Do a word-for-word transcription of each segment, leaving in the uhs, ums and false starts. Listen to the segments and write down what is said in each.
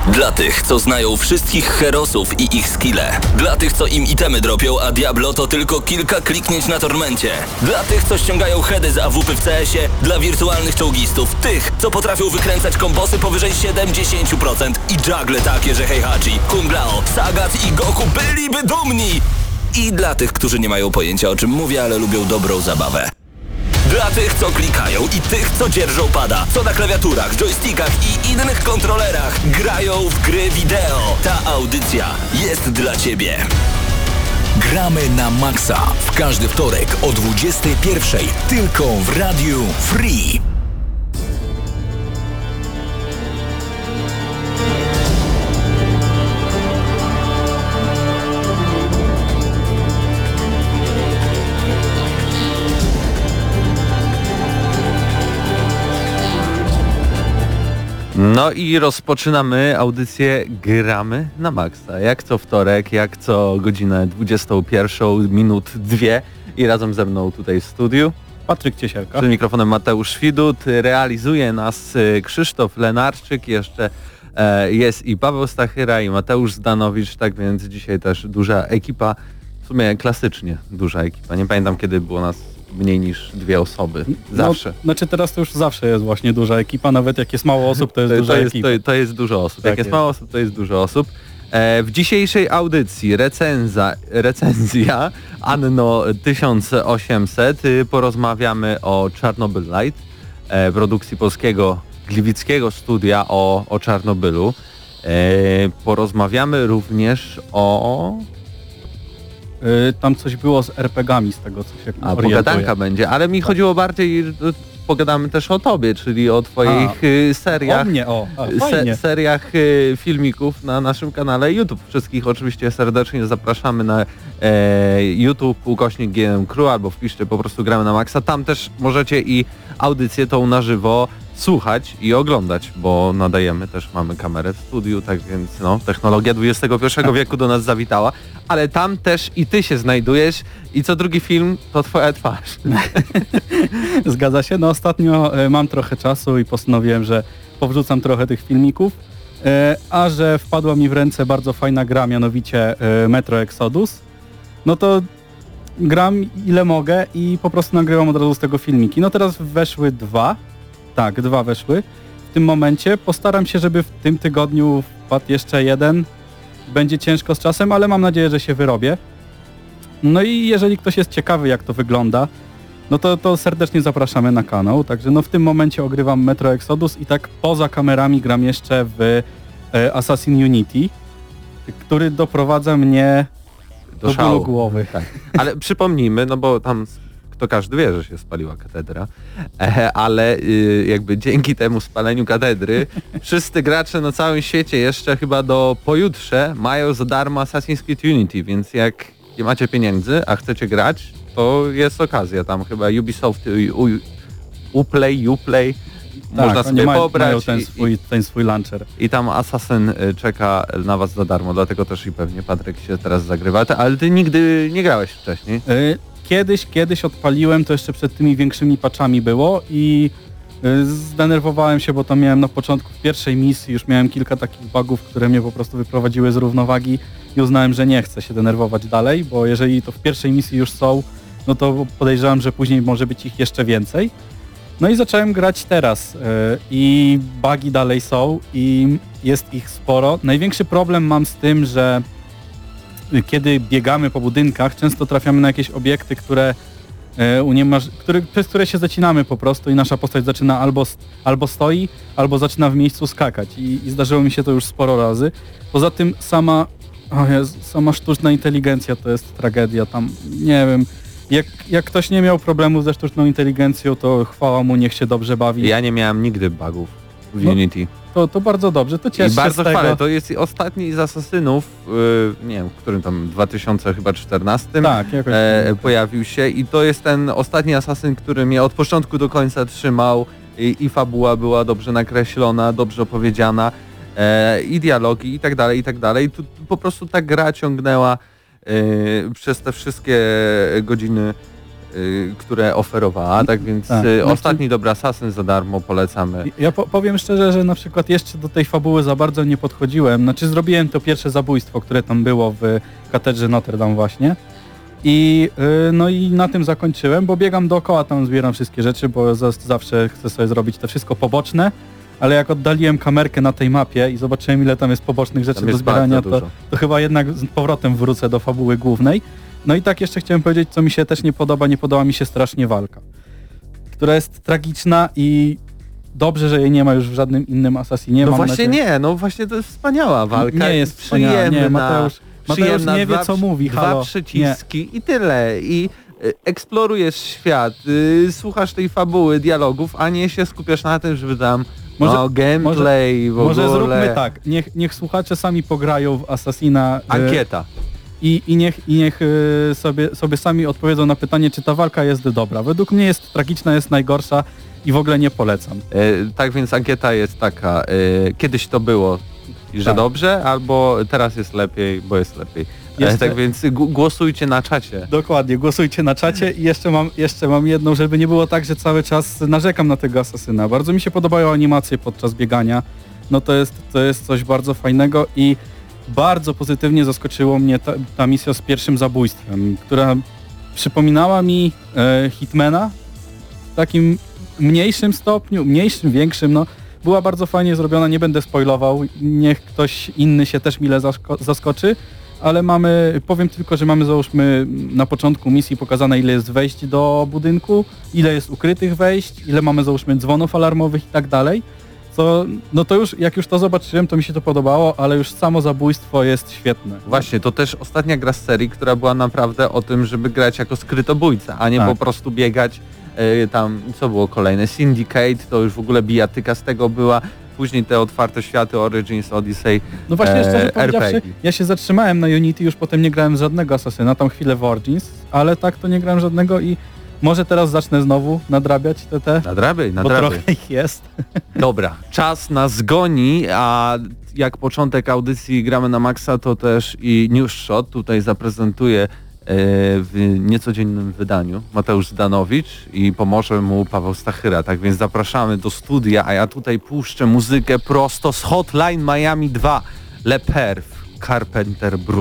Dla tych, co znają wszystkich herosów i ich skille. Dla tych, co im itemy dropią, a Diablo to tylko kilka kliknięć na tormencie. Dla tych, co ściągają heady z A W P w C S-ie. Dla wirtualnych czołgistów. Tych, co potrafią wykręcać kombosy powyżej siedemdziesiąt procent. I juggle takie, że Heihachi, Kung Lao, Sagat i Goku byliby dumni. I dla tych, którzy nie mają pojęcia, o czym mówię, ale lubią dobrą zabawę. Dla tych, co klikają i tych, co dzierżą pada, co na klawiaturach, joystickach i innych kontrolerach grają w gry wideo. Ta audycja jest dla Ciebie. Gramy na maksa w każdy wtorek o dwudziestej pierwszej tylko w Radiu Free. No i rozpoczynamy audycję Gramy na maksa. Jak co wtorek, jak co godzinę dwudziestą pierwszą, minut dwie i razem ze mną tutaj w studiu Patryk Ciesielka. Przed mikrofonem Mateusz Widut. Realizuje nas Krzysztof Lenarczyk, jeszcze e, jest i Paweł Stachyra i Mateusz Zdanowicz, tak więc dzisiaj też duża ekipa, w sumie klasycznie duża ekipa. Nie pamiętam, kiedy było nas mniej niż dwie osoby. Zawsze. No, znaczy teraz to już zawsze jest właśnie duża ekipa, nawet jak jest mało osób, to jest to, duża to jest, ekipa. To, to jest dużo osób. Tak jak jest, jest mało osób, to jest dużo osób. E, w dzisiejszej audycji recenza, recenzja Anno tysiąc osiemset. Y, porozmawiamy o Chernobyl Light, e, produkcji polskiego gliwickiego studia o, o Czarnobylu. E, porozmawiamy również o... Yy, tam coś było z er pe gami z tego, co się A, orientuję. pogadanka będzie, ale mi chodziło bardziej, pogadamy też o tobie, czyli o twoich A, seriach. O mnie, o, a, Se, fajnie. seriach y, filmików na naszym kanale YouTube. Wszystkich oczywiście serdecznie zapraszamy na e, YouTube ukośnik G N M Crew albo wpiszcie po prostu Gramy na Maxa. Tam też możecie i audycję tą na żywo słuchać i oglądać, bo nadajemy, też mamy kamerę w studiu, tak więc no, technologia dwudziestego pierwszego wieku do nas zawitała, ale tam też i ty się znajdujesz i co drugi film to twoja twarz. Zgadza się. No ostatnio y, mam trochę czasu i postanowiłem, że powrzucam trochę tych filmików, y, a że wpadła mi w ręce bardzo fajna gra, mianowicie y, Metro Exodus, no to gram ile mogę i po prostu nagrywam od razu z tego filmiki. No teraz weszły dwa, tak, dwa weszły w tym momencie. Postaram się, żeby w tym tygodniu wpadł jeszcze jeden. Będzie ciężko z czasem, ale mam nadzieję, że się wyrobię. No i jeżeli ktoś jest ciekawy, jak to wygląda, no to, to serdecznie zapraszamy na kanał. Także no w tym momencie ogrywam Metro Exodus i tak poza kamerami gram jeszcze w e, Assassin Unity, który doprowadza mnie do, do bólu głowy. Tak. Ale przypomnijmy, no bo tam to każdy wie, że się spaliła katedra, e, ale y, jakby dzięki temu spaleniu katedry wszyscy gracze na całym świecie jeszcze chyba do pojutrze mają za darmo Assassin's Creed Unity, więc jak nie macie pieniędzy, a chcecie grać, to jest okazja. Tam chyba Ubisoft, u, u, Uplay, Uplay, tak, można sobie mają, pobrać mają ten, i, swój, ten swój launcher. I tam Assassin czeka na was za darmo, dlatego też i pewnie Patryk się teraz zagrywa, ale ty nigdy nie grałeś wcześniej. Y, Kiedyś, kiedyś odpaliłem, to jeszcze przed tymi większymi patchami było i y, zdenerwowałem się, bo tam miałem na początku w pierwszej misji, już miałem kilka takich bugów, które mnie po prostu wyprowadziły z równowagi i uznałem, że nie chcę się denerwować dalej, bo jeżeli to w pierwszej misji już są, no to podejrzewam, że później może być ich jeszcze więcej. No i zacząłem grać teraz y, i bugi dalej są i jest ich sporo. Największy problem mam z tym, że kiedy biegamy po budynkach, często trafiamy na jakieś obiekty, które e, uniemasz, który, przez które się zacinamy po prostu i nasza postać zaczyna albo, albo stoi, albo zaczyna w miejscu skakać. I, i zdarzyło mi się to już sporo razy. Poza tym sama, o Jezu, sama sztuczna inteligencja to jest tragedia. Tam nie wiem, jak, jak ktoś nie miał problemu ze sztuczną inteligencją, to chwała mu, niech się dobrze bawi. Ja nie miałem nigdy bugów w No, Unity. To, to bardzo dobrze, to cieszę I bardzo się z chwalę, tego. to jest ostatni z Asasynów, yy, nie wiem, w którym tam dwa tysiące czternastym Tak, jakoś e, pojawił się i to jest ten ostatni Asasyn, który mnie od początku do końca trzymał i, i fabuła była dobrze nakreślona, dobrze opowiedziana e, i dialogi i tak dalej, i tak dalej. Tu, tu po prostu ta gra ciągnęła e, przez te wszystkie godziny y, które oferowała, tak więc Tak, y, znaczy- ostatni dobry Assassin za darmo polecamy. Ja po, powiem szczerze, że na przykład jeszcze do tej fabuły za bardzo nie podchodziłem. Znaczy zrobiłem to pierwsze zabójstwo, które tam było w katedrze Notre Dame właśnie. I yy, no i na tym zakończyłem, bo biegam dookoła, tam zbieram wszystkie rzeczy, bo za, zawsze chcę sobie zrobić to wszystko poboczne. Ale jak oddaliłem kamerkę na tej mapie i zobaczyłem, ile tam jest pobocznych rzeczy Tam do jest zbierania, bardzo to, dużo. to chyba jednak z powrotem wrócę do fabuły głównej. No i tak jeszcze chciałem powiedzieć, co mi się też nie podoba, nie podoba mi się strasznie walka, która jest tragiczna i dobrze, że jej nie ma już w żadnym innym Assassinie. No Mam właśnie nadzieję... nie, no właśnie to jest wspaniała walka. Nie jest wspaniała, nie, przyjemna, Mateusz, Mateusz przyjemna, nie wie, dwa co przy- mówi, Dwa halo. przyciski i tyle. I y, eksplorujesz świat, y, słuchasz tej fabuły, dialogów, a nie się skupiasz na tym, żeby tam Może- no, gameplay w Może ogóle. zróbmy tak, niech, niech słuchacze sami pograją w Assassina. y, Ankieta. I, i niech, i niech y, sobie, sobie sami odpowiedzą na pytanie, czy ta walka jest dobra. Według mnie jest tragiczna, jest najgorsza i w ogóle nie polecam. E, tak więc ankieta jest taka, e, kiedyś to było, i że Tak. dobrze, albo teraz jest lepiej, bo jest lepiej. E, Jeszcze- tak więc g- głosujcie na czacie. Dokładnie, głosujcie na czacie i jeszcze mam, jeszcze mam jedną, żeby nie było tak, że cały czas narzekam na tego asasyna. Bardzo mi się podobają animacje podczas biegania. No to jest, to jest coś bardzo fajnego i bardzo pozytywnie zaskoczyło mnie ta, ta misja z pierwszym zabójstwem, która przypominała mi e, Hitmana w takim mniejszym stopniu, mniejszym, większym, no. Była bardzo fajnie zrobiona, nie będę spoilował, niech ktoś inny się też mile zasko- zaskoczy, ale mamy, powiem tylko, że mamy załóżmy na początku misji pokazane, ile jest wejść do budynku, ile jest ukrytych wejść, ile mamy załóżmy dzwonów alarmowych i tak dalej. Co, no to już, jak już to zobaczyłem, to mi się to podobało, ale już samo zabójstwo jest świetne. Właśnie, to też ostatnia gra z serii, która była naprawdę o tym, żeby grać jako skrytobójca, a nie Tak. po prostu biegać e, tam, co było kolejne, Syndicate, to już w ogóle bijatyka z tego była, później te otwarte światy, Origins, Odyssey, No właśnie, e, szczerze powiedziawszy, R P G. ja się zatrzymałem na Unity, już potem nie grałem z żadnego Asasyna, tam chwilę w Origins, ale tak to nie grałem żadnego i może teraz zacznę znowu nadrabiać te te, Nadrabiaj, bo nadrabiaj. trochę ich jest. Dobra, czas nas goni, a jak początek audycji Gramy na Maxa, to też i News Shot tutaj zaprezentuje e, w niecodziennym wydaniu Mateusz Zdanowicz i pomoże mu Paweł Stachyra. Tak więc zapraszamy do studia, a ja tutaj puszczę muzykę prosto z Hotline Miami dwa, Le Perf, Carpenter Brut.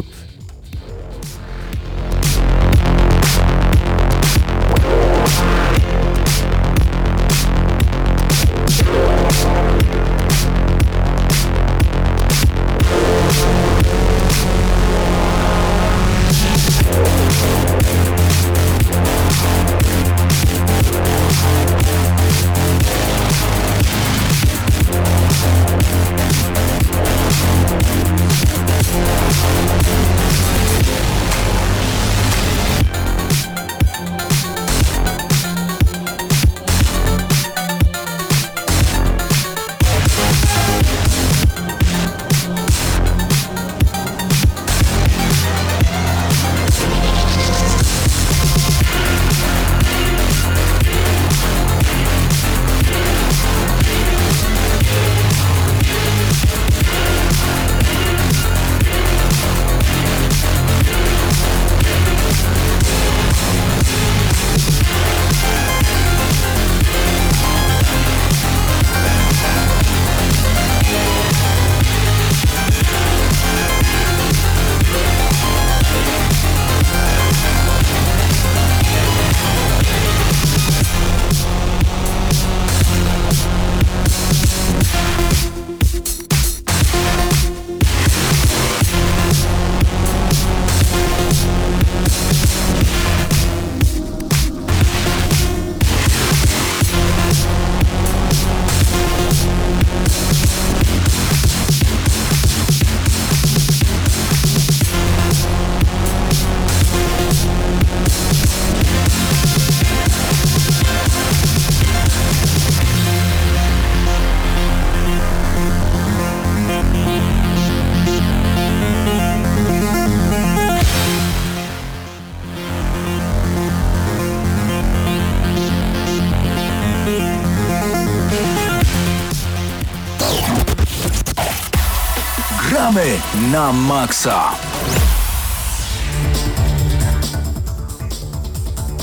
Gramy na maksa.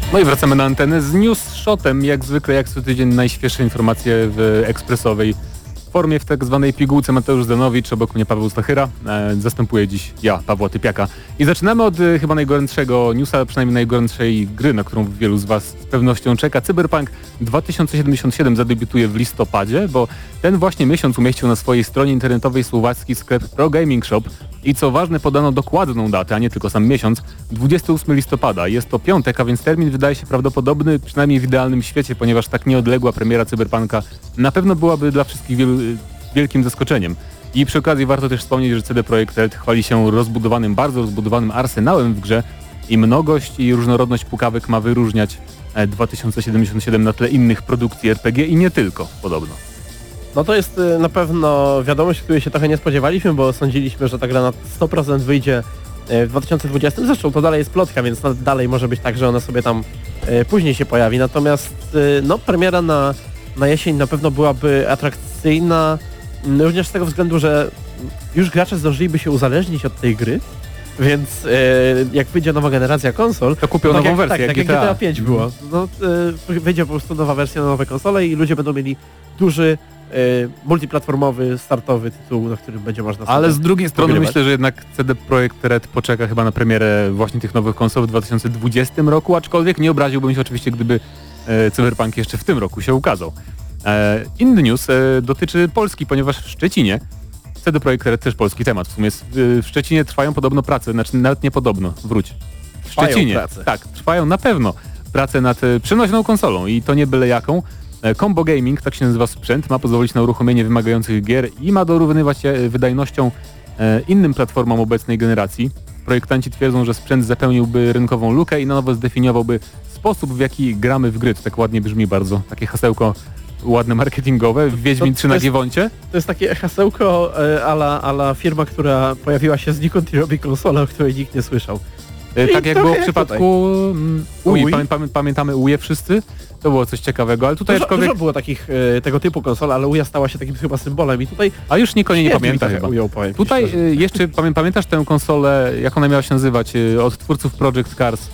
No i wracamy na antenę z News Shotem, jak zwykle, jak co tydzień najświeższe informacje w ekspresowej formie, w tak zwanej pigułce. Mateusz Zdanowicz, obok mnie Paweł Stachyra. E, zastępuję dziś ja, Pawła Typiaka. I zaczynamy od e, chyba najgorętszego newsa, przynajmniej najgorętszej gry, na którą wielu z Was z pewnością czeka. Cyberpunk dwa tysiące siedemdziesiąt siedem zadebiutuje w listopadzie, bo ten właśnie miesiąc umieścił na swojej stronie internetowej słowacki sklep Pro Gaming Shop. I co ważne, podano dokładną datę, a nie tylko sam miesiąc, dwudziestego ósmego listopada. Jest to piątek, a więc termin wydaje się prawdopodobny, przynajmniej w idealnym świecie, ponieważ tak nieodległa premiera Cyberpunka na pewno byłaby dla wszystkich wielu, wielkim zaskoczeniem. I przy okazji warto też wspomnieć, że C D Projekt Red chwali się rozbudowanym, bardzo rozbudowanym arsenałem w grze i mnogość i różnorodność pukawek ma wyróżniać dwa tysiące siedemdziesiąt siedem na tle innych produkcji R P G i nie tylko, podobno. No to jest na pewno wiadomość, której się trochę nie spodziewaliśmy, bo sądziliśmy, że ta gra na sto procent wyjdzie w dwa tysiące dwudziestym. Zresztą to dalej jest plotka, więc dalej może być tak, że ona sobie tam później się pojawi. Natomiast no premiera na, na jesień na pewno byłaby atrakcyjna, również z tego względu, że już gracze zdążyliby się uzależnić od tej gry. Więc e, jak wyjdzie nowa generacja konsol, to kupią tak nową jak, wersję, tak, jak tak jak G T A. G T A pięć było. No, e, wyjdzie po prostu nowa wersja na nowe konsole i ludzie będą mieli duży e, multiplatformowy, startowy tytuł, na którym będzie można sobie Ale z drugiej strony pogrywać. myślę, że jednak C D Projekt Red poczeka chyba na premierę właśnie tych nowych konsol w dwa tysiące dwudziestym roku, aczkolwiek nie obraziłbym się oczywiście, gdyby e, Cyberpunk jeszcze w tym roku się ukazał. E, inny news e, dotyczy Polski, ponieważ w Szczecinie C D Projekt Red też polski temat. W sumie w Szczecinie trwają podobno prace, znaczy nawet nie podobno, wróć. W Trwają Szczecinie, prace. tak, trwają na pewno prace nad e, przenośną konsolą i to nie byle jaką. E, Combo Gaming, tak się nazywa sprzęt, ma pozwolić na uruchomienie wymagających gier i ma dorównywać się wydajnością e, innym platformom obecnej generacji. Projektanci twierdzą, że sprzęt zapełniłby rynkową lukę i na nowo zdefiniowałby sposób, w jaki gramy w gry. To tak ładnie brzmi bardzo, takie hasełko ładne marketingowe, Wiedźmin To- trzy to na jest- Giewoncie. To jest takie hasełko e, ala, ala firma, która pojawiła się znikąd i robi konsolę, o której nikt nie słyszał. E, I Tak jak trochę było w jak przypadku mm, Ui, Ui. Pamię, pamię, pamiętamy Uje wszyscy, to było coś ciekawego, ale tutaj Dużo, aczkolwiek, dużo było takich e, tego typu konsol, ale Uja stała się takim chyba symbolem i tutaj a już nikt o niej nie świetnie mi pamięta trochę chyba. ujął, powiem ci Tutaj szczerze. e, jeszcze pamię, pamiętasz tę konsolę, jak ona miała się nazywać, e, od twórców Project Cars?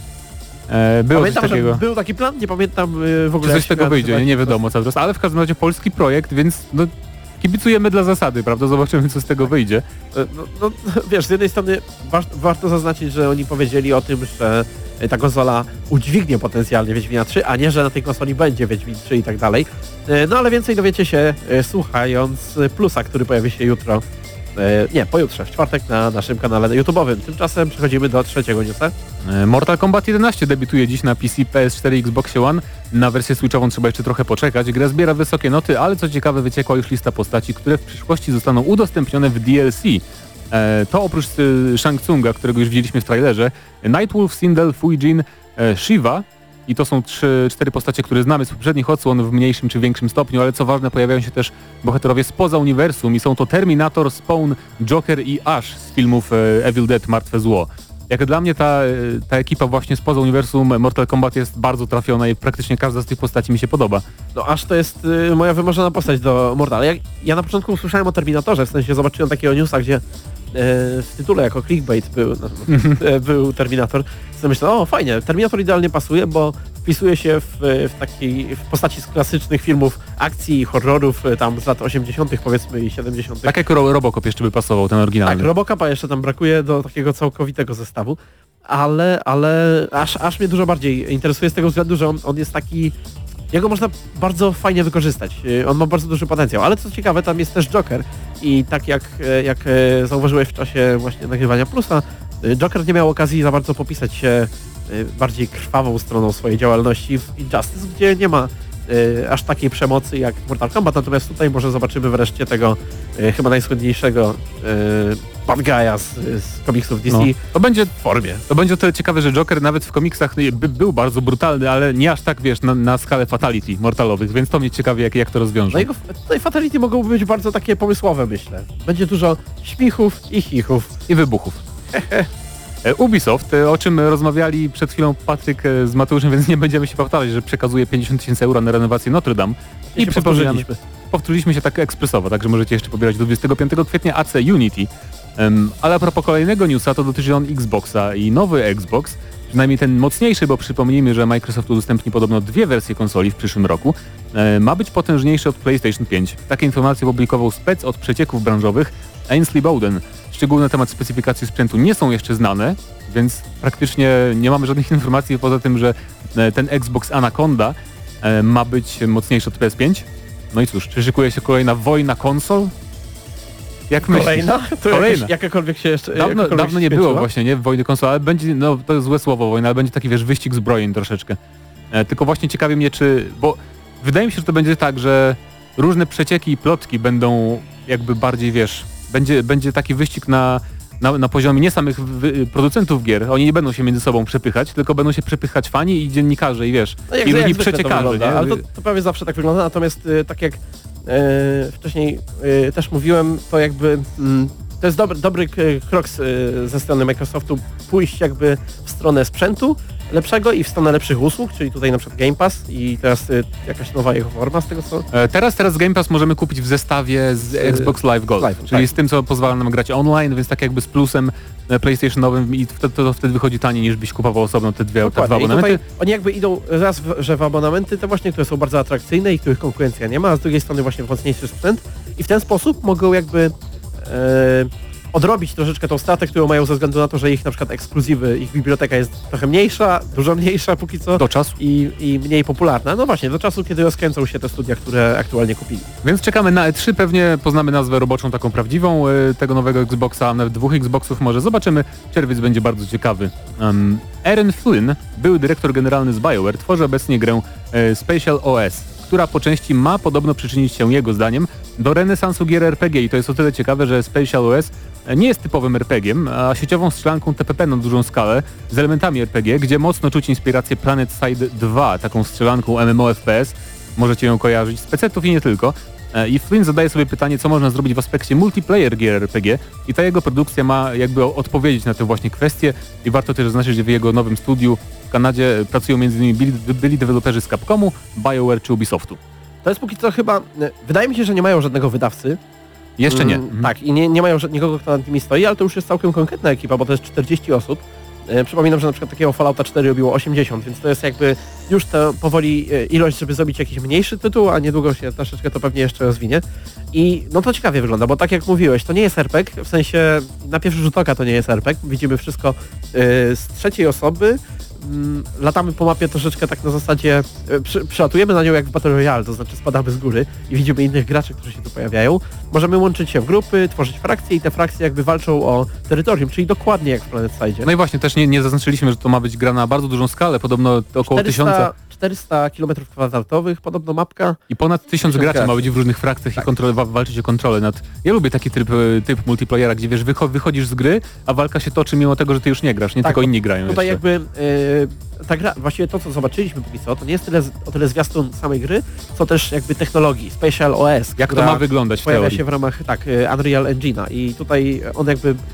E, Było Pamiętam, coś takiego. że był taki plan, nie pamiętam e, w ogóle Czy jak coś z się tego miała wyjdzie, nazywać. nie wiadomo cały czas, ale w każdym razie polski projekt, więc no, kibicujemy dla zasady, prawda? Zobaczymy, co z tego wyjdzie. E, No, no wiesz, z jednej strony wa warto zaznaczyć, że oni powiedzieli o tym, że ta konsola udźwignie potencjalnie Wiedźmina trzy, a nie, że na tej konsoli będzie Wiedźmin trzy i tak dalej. E, No ale więcej dowiecie się e, słuchając Plusa, który pojawi się jutro. E, Nie, pojutrze, w czwartek na naszym kanale YouTube'owym. Tymczasem przechodzimy do trzeciego newsa. E, Mortal Kombat jedenaście debiutuje dziś na P C, P S cztery i Xbox One. Na wersję switchową trzeba jeszcze trochę poczekać. Gra zbiera wysokie noty, ale co ciekawe wyciekła już lista postaci, które w przyszłości zostaną udostępnione w D L C. E, To oprócz e, Shang Tsunga, którego już widzieliśmy w trailerze, Nightwolf, Sindel, Fujin, e, Shiva. I to są trzy, cztery postacie, które znamy z poprzednich odsłon w mniejszym czy większym stopniu, ale co ważne, pojawiają się też bohaterowie spoza uniwersum i są to Terminator, Spawn, Joker i Ash z filmów e, Evil Dead, Martwe Zło. Jak dla mnie ta, e, ta ekipa właśnie spoza uniwersum Mortal Kombat jest bardzo trafiona i praktycznie każda z tych postaci mi się podoba. No aż to jest y, moja wymarzona postać do Mortala. Ja, ja na początku usłyszałem o Terminatorze, w sensie zobaczyłem takiego newsa, gdzie y, w tytule jako clickbait był, no, y, był Terminator. Sobie myślę, o fajnie, Terminator idealnie pasuje, bo wpisuje się w, w takiej w postaci z klasycznych filmów akcji i horrorów y, tam z lat osiemdziesiątych powiedzmy i siedemdziesiątych. Tak jak Ro- Robocop jeszcze by pasował, ten Tak, oryginalny. Robocapa jeszcze tam brakuje do takiego całkowitego zestawu, ale, ale aż, aż mnie dużo bardziej interesuje z tego względu, że on, on jest taki... Jego można bardzo fajnie wykorzystać. Yy, On ma bardzo duży potencjał, ale co ciekawe, tam jest też Joker i tak jak, e, jak e, zauważyłeś w czasie właśnie nagrywania Plusa, y, Joker nie miał okazji za bardzo popisać się y, bardziej krwawą stroną swojej działalności w Injustice, gdzie nie ma y, aż takiej przemocy jak w Mortal Kombat, natomiast tutaj może zobaczymy wreszcie tego y, chyba najsłynniejszego y, bad guy'a z, z komiksów D C No. To będzie w formie. To będzie o tyle ciekawe, że Joker nawet w komiksach by, był bardzo brutalny, ale nie aż tak, wiesz, na, na skalę fatality mortalowych, więc to mnie ciekawi, jak, jak to rozwiążą. No jego tutaj fatality mogą być bardzo takie pomysłowe, myślę. Będzie dużo śmichów i chichów. I wybuchów. E, Ubisoft, e, o czym rozmawiali przed chwilą Patryk e, z Mateuszem, więc nie będziemy się powtarzać, że przekazuje pięćdziesiąt tysięcy euro na renowację Notre Dame. I się przypominamy- powtórzyliśmy. Powtórzyliśmy się tak ekspresowo, także możecie jeszcze pobierać do dwudziestego piątego kwietnia A C Unity. Um, ale a propos kolejnego newsa, to dotyczy on Xboxa i nowy Xbox przynajmniej ten mocniejszy, bo przypomnijmy, że Microsoft udostępni podobno dwie wersje konsoli w przyszłym roku, e, ma być potężniejszy od PlayStation pięć. Takie informacje opublikował spec od przecieków branżowych Ainsley Bowden. Szczegóły na temat specyfikacji sprzętu nie są jeszcze znane, więc praktycznie nie mamy żadnych informacji poza tym, że e, ten Xbox Anaconda e, ma być mocniejszy od P S pięć. No i cóż, czy szykuje się kolejna wojna konsol? Jak myślisz? Kolejna? To Kolejna. Jakaś, jakakolwiek się jeszcze... Dawno, jakakolwiek dawno się nie było skończyła? właśnie, nie? Wojny konsol, ale będzie, no to jest złe słowo wojna, ale będzie taki, wiesz, wyścig zbrojeń troszeczkę. E, tylko właśnie ciekawi mnie, czy... Bo wydaje mi się, że to będzie tak, że różne przecieki i plotki będą jakby bardziej, wiesz, będzie, będzie taki wyścig na, na, na poziomie nie samych wy, producentów gier. Oni nie będą się między sobą przepychać, tylko będą się przepychać fani i dziennikarze i wiesz, No jak, i jak różni zwykle to przeciekarze, wygląda, nie? ale to, to prawie zawsze tak wygląda, natomiast y, tak jak y, wcześniej y, też mówiłem, to jakby mm, to jest dobry, dobry k- krok z, y, ze strony Microsoftu pójść jakby w stronę sprzętu lepszego i w stronę lepszych usług, czyli tutaj na przykład Game Pass i teraz y, jakaś nowa jego forma z tego co... E, Teraz, teraz Game Pass możemy kupić w zestawie z Xbox Live Gold, Live, czyli tak. z tym, co pozwala nam grać online, więc tak jakby z plusem e, PlayStationowym i wtedy, to wtedy wychodzi taniej niż byś kupował osobno te dwie, te dwa Dokładnie. I abonamenty. tutaj oni jakby idą raz, w, że w abonamenty te właśnie, które są bardzo atrakcyjne i których konkurencja nie ma, a z drugiej strony właśnie w mocniejszy sprzęt i w ten sposób mogą jakby e, odrobić troszeczkę tą stratę, którą mają ze względu na to, że ich na przykład ekskluzywy, ich biblioteka jest trochę mniejsza, dużo mniejsza póki co Do czasu. i, i mniej popularna. No właśnie, do czasu, kiedy rozkręcą się te studia, które aktualnie kupili. Więc czekamy na E trzy, pewnie poznamy nazwę roboczą taką prawdziwą e, tego nowego Xboxa, a nawet dwóch Xboxów może. Zobaczymy, czerwiec będzie bardzo ciekawy. Um, Aaron Flynn, były dyrektor generalny z BioWare, tworzy obecnie grę e, Spatial O S, która po części ma podobno przyczynić się jego zdaniem do renesansu gier R P G i to jest o tyle ciekawe, że Spatial O S nie jest typowym R P G-iem, a sieciową strzelanką T P P na dużą skalę z elementami R P G, gdzie mocno czuć inspirację PlanetSide dwa, taką strzelanką M M O F P S. Możecie ją kojarzyć z pecetów i nie tylko. I Flynn zadaje sobie pytanie, co można zrobić w aspekcie multiplayer gier R P G i ta jego produkcja ma jakby odpowiedzieć na te właśnie kwestie i warto też zaznaczyć, że w jego nowym studiu w Kanadzie pracują m.in. byli, byli deweloperzy z Capcomu, BioWare czy Ubisoftu. To jest póki co chyba, wydaje mi się, że nie mają żadnego wydawcy. Jeszcze nie. Mm, Mhm. Tak, i nie, nie mają żadnego, kto nad nimi stoi, ale to już jest całkiem konkretna ekipa, bo to jest czterdzieści osób. E, przypominam, że na przykład takiego Fallouta cztery robiło osiemdziesiąt, więc to jest jakby już to powoli e, ilość, żeby zrobić jakiś mniejszy tytuł, a niedługo się troszeczkę to pewnie jeszcze rozwinie. I no to ciekawie wygląda, bo tak jak mówiłeś, to nie jest R P G, w sensie na pierwszy rzut oka to nie jest R P G, widzimy wszystko e, z trzeciej osoby, mm, latamy po mapie troszeczkę tak na zasadzie, e, przy, przylatujemy na nią jak w Battle Royale, to znaczy spadamy z góry i widzimy innych graczy, którzy się tu pojawiają. Możemy łączyć się w grupy, tworzyć frakcje i te frakcje jakby walczą o terytorium, czyli dokładnie jak w PlanetSide. No i właśnie, też nie, nie zaznaczyliśmy, że to ma być gra na bardzo dużą skalę, podobno około tysiąca czterysta kilometrów kwadratowych, podobno mapka. i ponad tysiąc tysiąc graczy ma graczy. być w różnych frakcjach Tak. i kontrole, wa- walczyć o kontrolę nad... Ja lubię taki typ, typ multiplayera, gdzie wiesz, wycho- wychodzisz z gry, a walka się toczy mimo tego, że ty już nie grasz, nie Tak, tylko bo inni grają Tutaj jeszcze. jakby yy, ta gra, właściwie to co zobaczyliśmy póki co, to nie jest tyle, z- o tyle zwiastun samej gry, co też jakby technologii, Spatial O S. Jak to która ma wyglądać w pojawia teorii? się w ramach tak, y, Unreal Engine'a i tutaj on jakby y,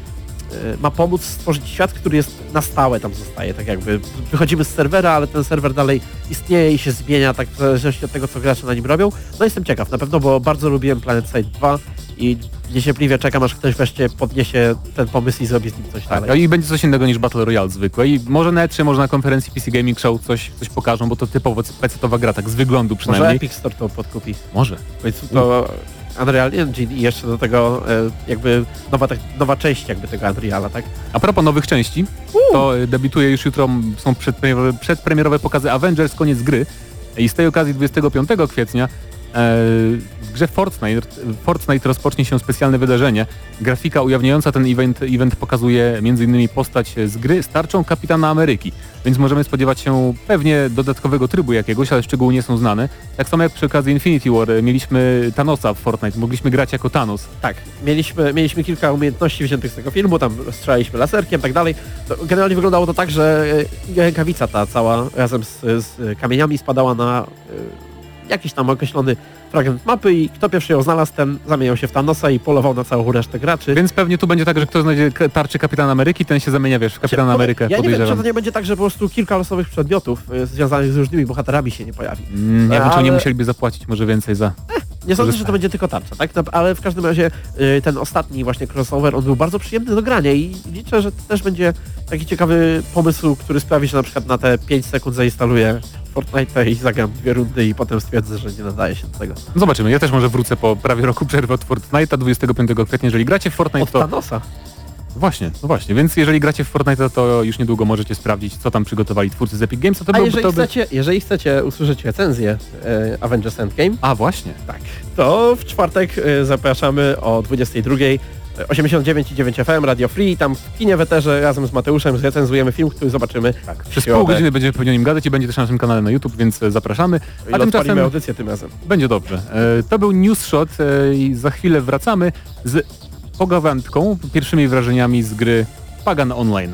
ma pomóc stworzyć świat, który jest na stałe tam zostaje, tak jakby wychodzimy z serwera, ale ten serwer dalej istnieje i się zmienia tak w zależności od tego, co gracze na nim robią. No jestem ciekaw na pewno, bo bardzo lubiłem PlanetSide dwa i niecierpliwie czekam, aż ktoś wreszcie podniesie ten pomysł i zrobi z nim coś Tak, dalej. i będzie coś innego niż Battle Royale zwykłe i może na E trzy, może na konferencji P C Gaming Show coś, coś pokażą, bo to typowo pecetowa gra, tak z wyglądu Może przynajmniej. Epic Store to podkupi. Może. W końcu to Unreal Engine i jeszcze do tego e, jakby nowa, tak, nowa część jakby tego Unreala, tak? A propos nowych części, to y, debiutuje już jutro, m, są przedpremierowe, przedpremierowe pokazy Avengers, koniec gry i z tej okazji dwudziestego piątego kwietnia e, w grze Fortnite, Fortnite rozpocznie się specjalne wydarzenie. Grafika ujawniająca ten event, event pokazuje m.in. postać z gry z tarczą Kapitana Ameryki, więc możemy spodziewać się pewnie dodatkowego trybu jakiegoś, ale szczegóły nie są znane. Tak samo jak przy okazji Infinity War e, mieliśmy Thanosa w Fortnite, mogliśmy grać jako Thanos. Tak, mieliśmy, mieliśmy kilka umiejętności wziętych z tego filmu, tam strzelaliśmy laserkiem i tak dalej. To generalnie wyglądało to tak, że e, rękawica ta cała razem z, z kamieniami spadała na e, jakiś tam określony fragment mapy i kto pierwszy ją znalazł, ten zamieniał się w Thanosa i polował na całą resztę graczy. Więc pewnie tu będzie tak, że kto znajdzie k- tarczę Kapitana Ameryki, ten się zamienia, wiesz, w Kapitana Amerykę, Ja nie wiem, czy podejrzewam. to nie będzie tak, że po prostu kilka losowych przedmiotów e, związanych z różnymi bohaterami się nie pojawi. Mm, nie wiem, czy Ale- nie musieliby zapłacić może więcej za... Nie sądzę, że to będzie tylko tarcza, tak? No, ale w każdym razie y, ten ostatni właśnie crossover, on był bardzo przyjemny do grania i liczę, że to też będzie taki ciekawy pomysł, który sprawi, że na przykład na te pięć sekund zainstaluję Fortnite i zagram dwie rundy i potem stwierdzę, że nie nadaje się do tego. Zobaczymy, ja też może wrócę po prawie roku przerwy od Fortnite'a dwudziestego piątego kwietnia. Jeżeli gracie w Fortnite, Od to... Thanosa. Właśnie, no właśnie, więc jeżeli gracie w Fortnite, to już niedługo możecie sprawdzić, co tam przygotowali twórcy z Epic Games. A, to A byłby, jeżeli, to by... chcecie, jeżeli chcecie usłyszeć recenzję e, Avengers Endgame, A właśnie. tak, to w czwartek e, zapraszamy o dwudziestej drugiej osiemdziesiąt dziewięć i dziewięć F M, Radio Free, tam w kinie w eterze razem z Mateuszem zrecenzujemy film, który zobaczymy tak, Przez pół godziny będziemy pewnie o nim gadać i będzie też na naszym kanale na YouTube, więc e, zapraszamy. A tymczasem audycję tym razem. Będzie dobrze. E, to był News Shot e, i za chwilę wracamy z pogawędką, pierwszymi wrażeniami z gry Pagan Online.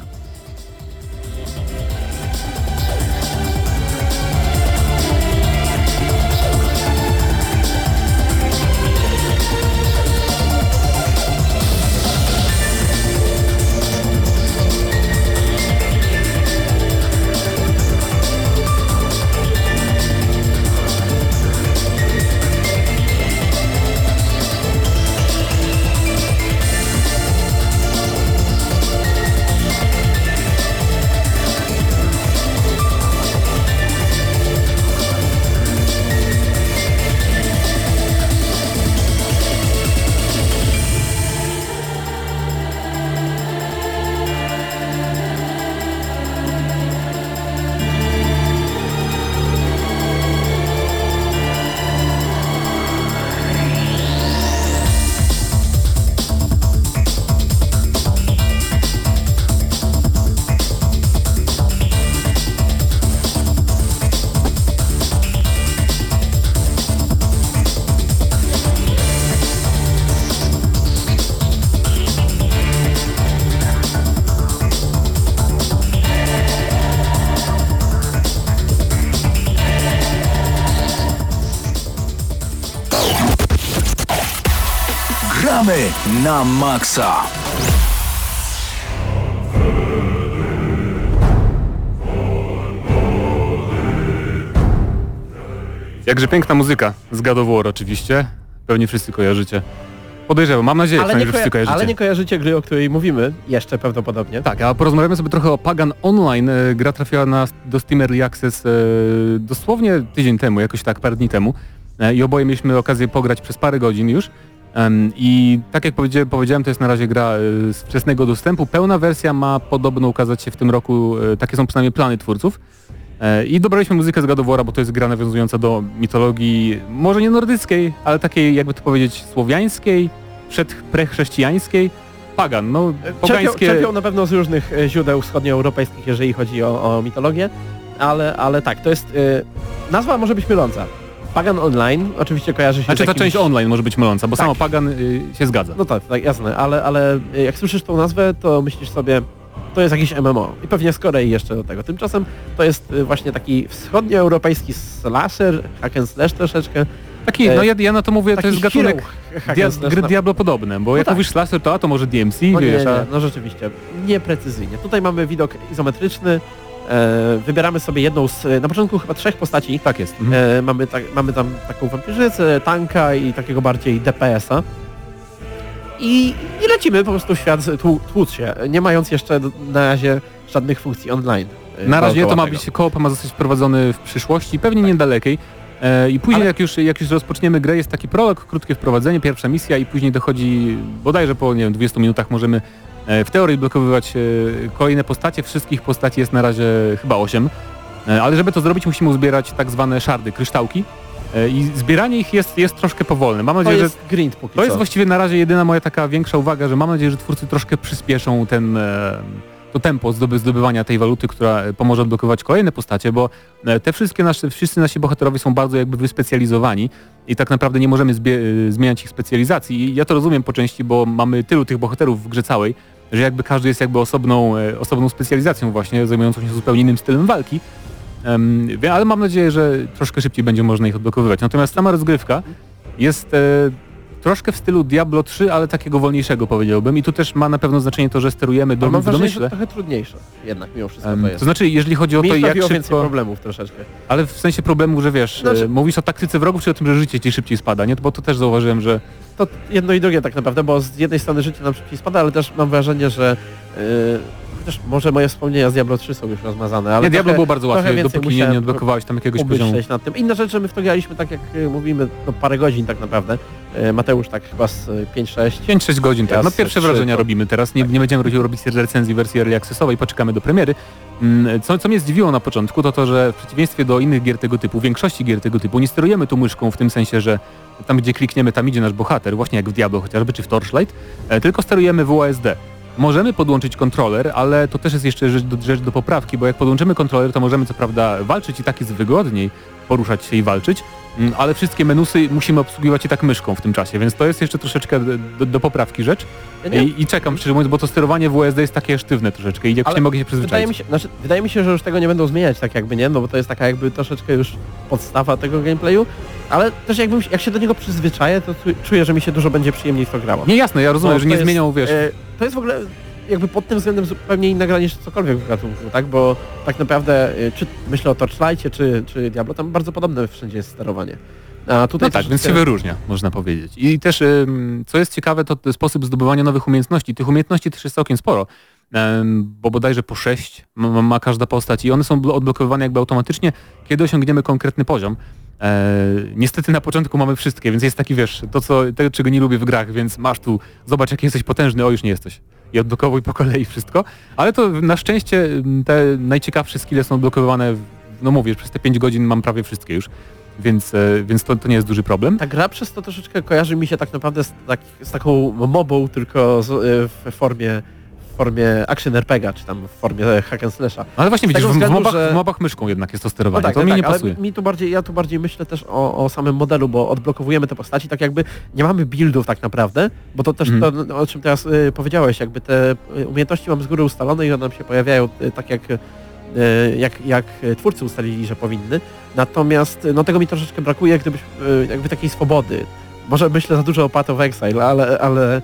Gramy na maksa! Jakże piękna muzyka z God of War oczywiście. Pewnie wszyscy kojarzycie. Podejrzewam, mam nadzieję, Ale nie, że wszyscy koja- kojarzycie. ale nie kojarzycie gry, o której mówimy, jeszcze prawdopodobnie. Tak, a porozmawiamy sobie trochę o Pagan Online. E, Gra trafiła na, do Steam Early Access e, dosłownie tydzień temu, jakoś tak, parę dni temu. E, I oboje mieliśmy okazję pograć przez parę godzin już. Em, I tak jak powiedziałem, powiedziałem, to jest na razie gra e, z wczesnego dostępu. Pełna wersja ma podobno ukazać się w tym roku, e, takie są przynajmniej plany twórców. E, I dobraliśmy muzykę z God of War'a, bo to jest gra nawiązująca do mitologii, może nie nordyckiej, ale takiej, jakby to powiedzieć, słowiańskiej, przed prechrześcijańskiej. Pagan, no pogańskie... Czerpią, czerpią na pewno z różnych e, źródeł wschodnioeuropejskich, jeżeli chodzi o, o mitologię, ale, ale tak, to jest... E, nazwa może być myląca. Pagan Online oczywiście kojarzy się Znaczy z ta jakimś... część online może być myląca, bo Tak. samo Pagan y, się zgadza. No tak, tak, jasne, ale, ale jak słyszysz tą nazwę, to myślisz sobie, to jest jakiś M M O i pewnie z Korei jeszcze do tego. Tymczasem to jest y, właśnie taki wschodnioeuropejski slasher, hack and slash troszeczkę. Taki, e, no ja, ja na to mówię, to taki jest gatunek hero hack dia, and slash, gry no. Diablo podobne, bo No jak tak. mówisz slasher, to a to może D M C, No nie, wiesz, nie, a... no rzeczywiście, nieprecyzyjnie. Tutaj mamy widok izometryczny, e, wybieramy sobie jedną z, na początku chyba trzech postaci. Tak jest. Mhm. E, mamy, ta, mamy tam taką wampirzycę, tanka i takiego bardziej D P S a. I, I lecimy po prostu w świat tłu, tłuc się, nie mając jeszcze do, na razie żadnych funkcji online. e, Na razie to dookoła ma tego. być, koop ma zostać wprowadzony w przyszłości, pewnie niedalekiej. E, I później Ale- jak, już, jak już rozpoczniemy grę, jest taki prolog, krótkie wprowadzenie, pierwsza misja i później dochodzi, bodajże po nie wiem, dwudziestu minutach możemy e, w teorii blokowywać e, kolejne postacie. Wszystkich postaci jest na razie chyba osiem. E, ale żeby to zrobić, musimy uzbierać tak zwane szardy, kryształki. E, I zbieranie ich jest, jest troszkę powolne. Mam To nadzieję, że jest grind póki to jest co. właściwie na razie jedyna moja taka większa uwaga, że mam nadzieję, że twórcy troszkę przyspieszą ten, e, to tempo zdoby, zdobywania tej waluty, która e, pomoże odblokować kolejne postacie, bo e, te wszystkie nasze, wszyscy nasi bohaterowie są bardzo jakby wyspecjalizowani i tak naprawdę nie możemy zbie, e, zmieniać ich specjalizacji. I ja to rozumiem po części, bo mamy tylu tych bohaterów w grze całej, że jakby każdy jest jakby osobną, e, osobną specjalizacją właśnie, zajmującą się zupełnie innym stylem walki. Um, ale mam nadzieję, że troszkę szybciej będzie można ich odblokowywać. Natomiast sama rozgrywka jest e, troszkę w stylu Diablo trzy, ale takiego wolniejszego powiedziałbym i tu też ma na pewno znaczenie to, że sterujemy do, mam w wrażenie, że domyśle. to trochę trudniejsze jednak mimo wszystko Um, to jest. to znaczy, jeżeli chodzi o Mi to, jak sprawiło więcej szybko... problemów troszeczkę. Ale w sensie problemu, że wiesz, Znaczy- e, mówisz o taktyce wrogów, czy o tym, że życie ci szybciej spada, nie? Bo to też zauważyłem, że... To jedno i drugie tak naprawdę, bo z jednej strony życie nam szybciej spada, ale też mam wrażenie, że yy, chociaż może moje wspomnienia z Diablo trzy są już rozmazane, ale Nie, Diablo trochę, było bardzo trochę łatwe, więcej dopóki nie, musiałem nie odblokowałeś tam jakiegoś poziomu. pomyśleć nad tym. Inna rzecz, że my w to graliśmy tak jak y, mówimy, no parę godzin tak naprawdę. Y, Mateusz tak chyba z pięć sześć. pięć sześć godzin, tak. Ja No z pierwsze trzy wrażenia to- robimy teraz, nie, nie będziemy robić, robić recenzji wersji early accessowej, poczekamy do premiery. Mm, Co, co mnie zdziwiło na początku, to to, że w przeciwieństwie do innych gier tego typu, większości gier tego typu, nie sterujemy tu myszką w tym sensie, że tam gdzie klikniemy, tam idzie nasz bohater, właśnie jak w Diablo chociażby, czy w Torchlight, e, tylko sterujemy W A S D. Możemy podłączyć kontroler, ale to też jest jeszcze rzecz do, rzecz do poprawki, bo jak podłączymy kontroler, to możemy co prawda walczyć i tak jest wygodniej poruszać się i walczyć, mm, ale wszystkie menusy musimy obsługiwać i tak myszką w tym czasie, więc to jest jeszcze troszeczkę do, do, do poprawki rzecz. Ja nie- I, I czekam szczerze mówiąc, bo to sterowanie W A S D jest takie sztywne troszeczkę i jakoś Ale nie mogę się Wydaje przyzwyczaić. mi, się, znaczy, wydaje mi się, że już tego nie będą zmieniać tak jakby, nie? No bo to jest taka jakby troszeczkę już podstawa tego gameplayu, ale też jakbym, się- jak się do niego przyzwyczaję, to tu- czuję, że mi się dużo będzie przyjemniej w to grało. Nie, jasne, ja rozumiem, Bo że to nie jest, zmienią, wiesz, e, to jest w ogóle jakby pod tym względem zupełnie inna gra niż cokolwiek w gatunku, tak? Bo tak naprawdę, e, czy myślę o Torchlightie, czy, czy Diablo, tam bardzo podobne wszędzie jest sterowanie. A tutaj no tak, więc się troszeczkę- wyróżnia, można powiedzieć. I też, ym, co jest ciekawe, to sposób zdobywania nowych umiejętności. Tych umiejętności też jest całkiem sporo, ym, bo bodajże po sześć ma, ma każda postać i one są blo- odblokowywane jakby automatycznie, kiedy osiągniemy konkretny poziom. E, niestety na początku mamy wszystkie, więc jest taki, wiesz, to co, tego czego nie lubię w grach, więc masz tu, zobacz jaki jesteś potężny, o już nie jesteś. I odblokowuj po kolei wszystko. Ale to na szczęście ym, te najciekawsze skille są odblokowywane, w, no mówię, przez te pięć godzin mam prawie wszystkie już. Więc, e, więc to, to nie jest duży problem. Ta gra przez to troszeczkę kojarzy mi się tak naprawdę z, tak, z taką mobą, tylko z, y, w formie w formie action R P G a, czy tam w formie hack and slasha. Ale właśnie Z widzisz, tego w, w, względu, mobach, że- w mobach myszką jednak jest to sterowanie, No tak, to tak, mi tak, nie ale pasuje. mi tu bardziej, ja tu bardziej myślę też o, o samym modelu, bo odblokowujemy te postaci, tak jakby nie mamy buildów tak naprawdę, bo to też Mhm. to, o czym teraz y, powiedziałeś, jakby te y, umiejętności mamy z góry ustalone i one nam się pojawiają y, tak jak, y, jak, jak twórcy ustalili, że powinny. Natomiast y, no tego mi troszeczkę brakuje, gdybyś y, jakby takiej swobody. Może myślę za dużo o Path of Exile, ale, ale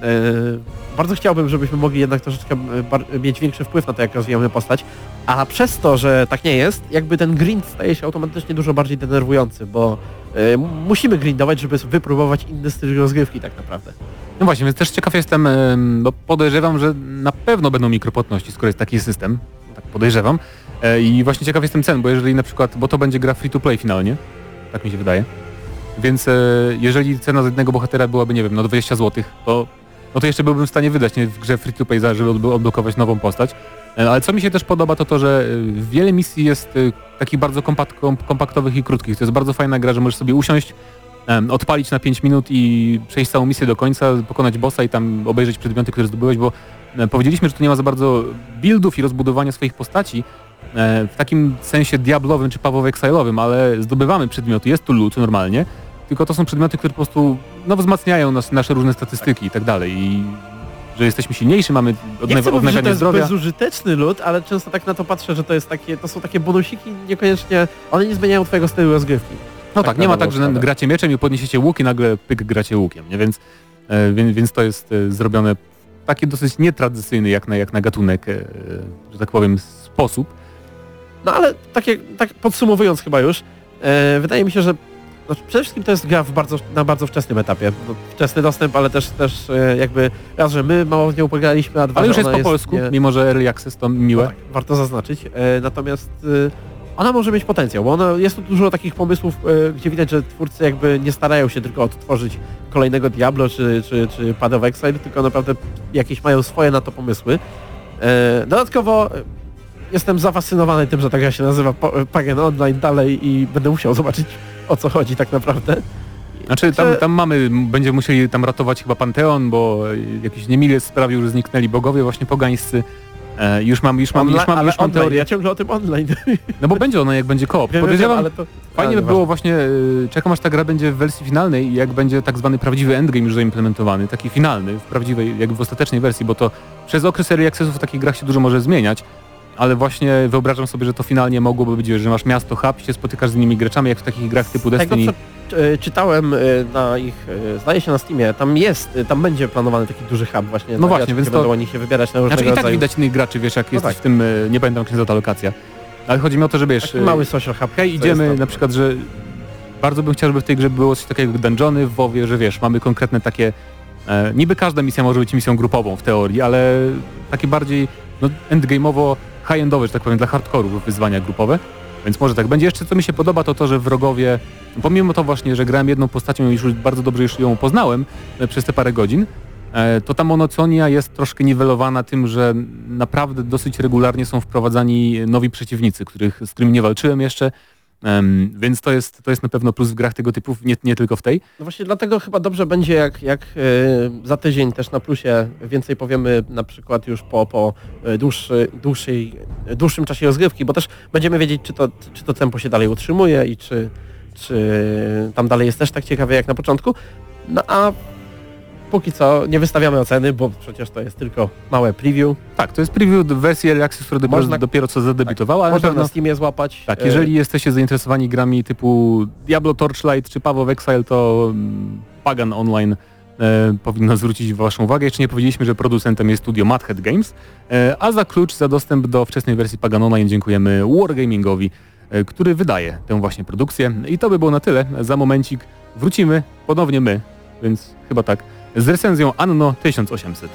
y, bardzo chciałbym, żebyśmy mogli jednak troszeczkę y, bar- mieć większy wpływ na to, jak rozwijamy postać. A przez to, że tak nie jest, jakby ten grind staje się automatycznie dużo bardziej denerwujący, bo y, musimy grindować, żeby wypróbować inny styl rozgrywki tak naprawdę. No właśnie, więc też ciekaw jestem, em, bo podejrzewam, że na pewno będą mikropłatności, skoro jest taki system, tak podejrzewam. E, I właśnie ciekaw jestem cen, bo jeżeli na przykład, bo to będzie gra free to play finalnie, tak mi się wydaje, więc e, jeżeli cena za jednego bohatera byłaby, nie wiem, no dwadzieścia złotych, to no to jeszcze byłbym w stanie wydać nie, w grze free to play, za- żeby odblo- odblokować nową postać. E, Ale co mi się też podoba, to to, że e, wiele misji jest e, takich bardzo kompak- kom- kompaktowych i krótkich. To jest bardzo fajna gra, że możesz sobie usiąść, em, odpalić na pięć minut i przejść całą misję do końca, pokonać bossa i tam obejrzeć przedmioty, które zdobyłeś, bo e, powiedzieliśmy, że tu nie ma za bardzo buildów i rozbudowania swoich postaci e, w takim sensie diablowym czy Path of Exile'owym, ale zdobywamy przedmioty, jest tu loot normalnie, tylko to są przedmioty, które po prostu no, wzmacniają nas, nasze różne statystyki i tak dalej i że jesteśmy silniejsi, mamy Nie chcę odnaw- mówić, że to odnawianie jest zdrowia. bezużyteczny lód, ale często tak na to patrzę, że to jest takie, to są takie bonusiki, niekoniecznie, one nie zmieniają twojego stylu rozgrywki. No tak tak, nie ma na tak, że dobrą sprawę. gracie mieczem i podniesiecie łuk i nagle pyk gracie łukiem, nie? Więc, e, więc, więc to jest e, zrobione w taki dosyć nietradycyjny jak na, jak na gatunek, e, że tak powiem, sposób. No ale takie, tak podsumowując chyba już, e, wydaje mi się, że no, przede wszystkim to jest gra w bardzo, na bardzo wczesnym etapie. No, wczesny dostęp, ale też, też e, jakby raz, że my mało w nią pograliśmy, a dwa, Ale że już jest ona po polsku, nie- mimo że Early Access to miłe. No tak, warto zaznaczyć. E, natomiast e, ona może mieć potencjał, bo ona, jest tu dużo takich pomysłów, e, gdzie widać, że twórcy jakby nie starają się tylko odtworzyć kolejnego Diablo czy, czy, czy Path of Exile, tylko naprawdę jakieś mają swoje na to pomysły. E, dodatkowo e, jestem zafascynowany tym, że ta gra się nazywa Pa- Pagan Online dalej i będę musiał zobaczyć, o co chodzi tak naprawdę. Znaczy tam, tam mamy, będziemy musieli tam ratować chyba Panteon, bo jakiś niemile sprawił, że zniknęli bogowie właśnie pogańscy. E, już mam, już mam, już mam, ale już mam online, teorię. ja ciągle o tym online. No bo będzie ona jak będzie koop. Wiem, wiem, Podejrzewam, ale to... fajnie ale by było właśnie, e, czekam aż ta gra będzie w wersji finalnej i jak będzie tak zwany prawdziwy endgame już zaimplementowany, taki finalny, w prawdziwej, jakby w ostatecznej wersji, bo to przez okres Early Accessów w takich grach się dużo może zmieniać. ale właśnie wyobrażam sobie, że to finalnie mogłoby być, że masz miasto hub, się spotykasz z innymi graczami, jak w takich grach typu Destiny. Tego, co e, czytałem e, na ich, e, zdaje się na Steamie, tam jest, e, tam będzie planowany taki duży hub właśnie. No właśnie, więc to... będą oni się wybierać na różnego Znaczy i tak rodzaju... widać innych graczy, wiesz, jak No jesteś tak. w tym, e, nie pamiętam jak się nazywa ta lokacja, ale chodzi mi o to, że wiesz... Taki mały social hub. Hej, to idziemy jest to. na przykład, że bardzo bym chciał, żeby w tej grze było coś takiego jak dungeony w WoWie, że wiesz, mamy konkretne takie, e, niby każda misja może być misją grupową w teorii, ale takie bardziej no, endgame'owo high-endowe, że tak powiem, dla hardkorów wyzwania grupowe, więc może tak będzie. Jeszcze co mi się podoba, to to, że wrogowie, pomimo to właśnie, że grałem jedną postacią i już bardzo dobrze już ją poznałem e, przez te parę godzin, e, to ta monotonia jest troszkę niwelowana tym, że naprawdę dosyć regularnie są wprowadzani nowi przeciwnicy, których, z którymi nie walczyłem jeszcze. Um, więc to jest, to jest na pewno plus w grach tego typu, nie, nie tylko w tej. No właśnie dlatego chyba dobrze będzie, jak, jak e, za tydzień też na plusie więcej powiemy na przykład już po, po e, dłuższy, dłuższej, dłuższym czasie rozgrywki, bo też będziemy wiedzieć, czy to, czy to tempo się dalej utrzymuje i czy, czy tam dalej jest też tak ciekawie jak na początku. No a póki co nie wystawiamy oceny, bo przecież to jest tylko małe preview. Tak, to jest preview do wersji Early Access, która dopiero, Można- dopiero co zadebiutowała, ale na Można pewno, na Steamie złapać. tak, e, jeżeli jesteście zainteresowani grami typu Diablo Torchlight czy Path of Exile, to mm, Pagan Online e, powinno zwrócić waszą uwagę. Jeszcze nie powiedzieliśmy, że producentem jest studio Madhead Games, e, a za klucz, za dostęp do wczesnej wersji Pagan Online dziękujemy Wargamingowi, e, który wydaje tę właśnie produkcję. I to by było na tyle. Za momencik wrócimy, ponownie my, więc chyba tak, z recenzją Anno tysiąc osiemset.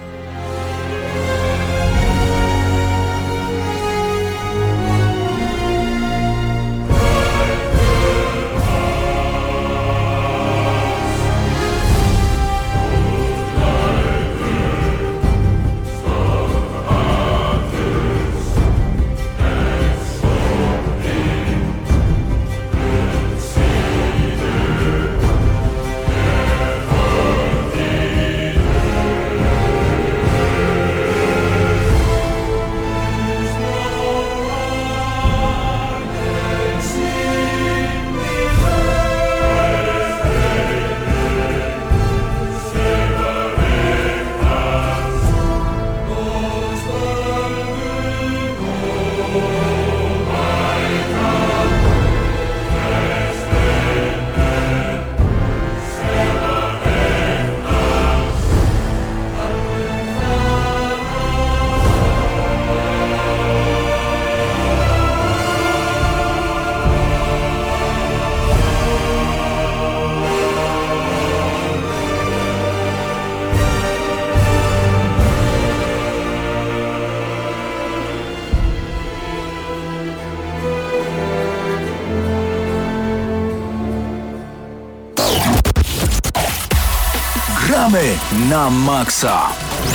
Gramy na maksa!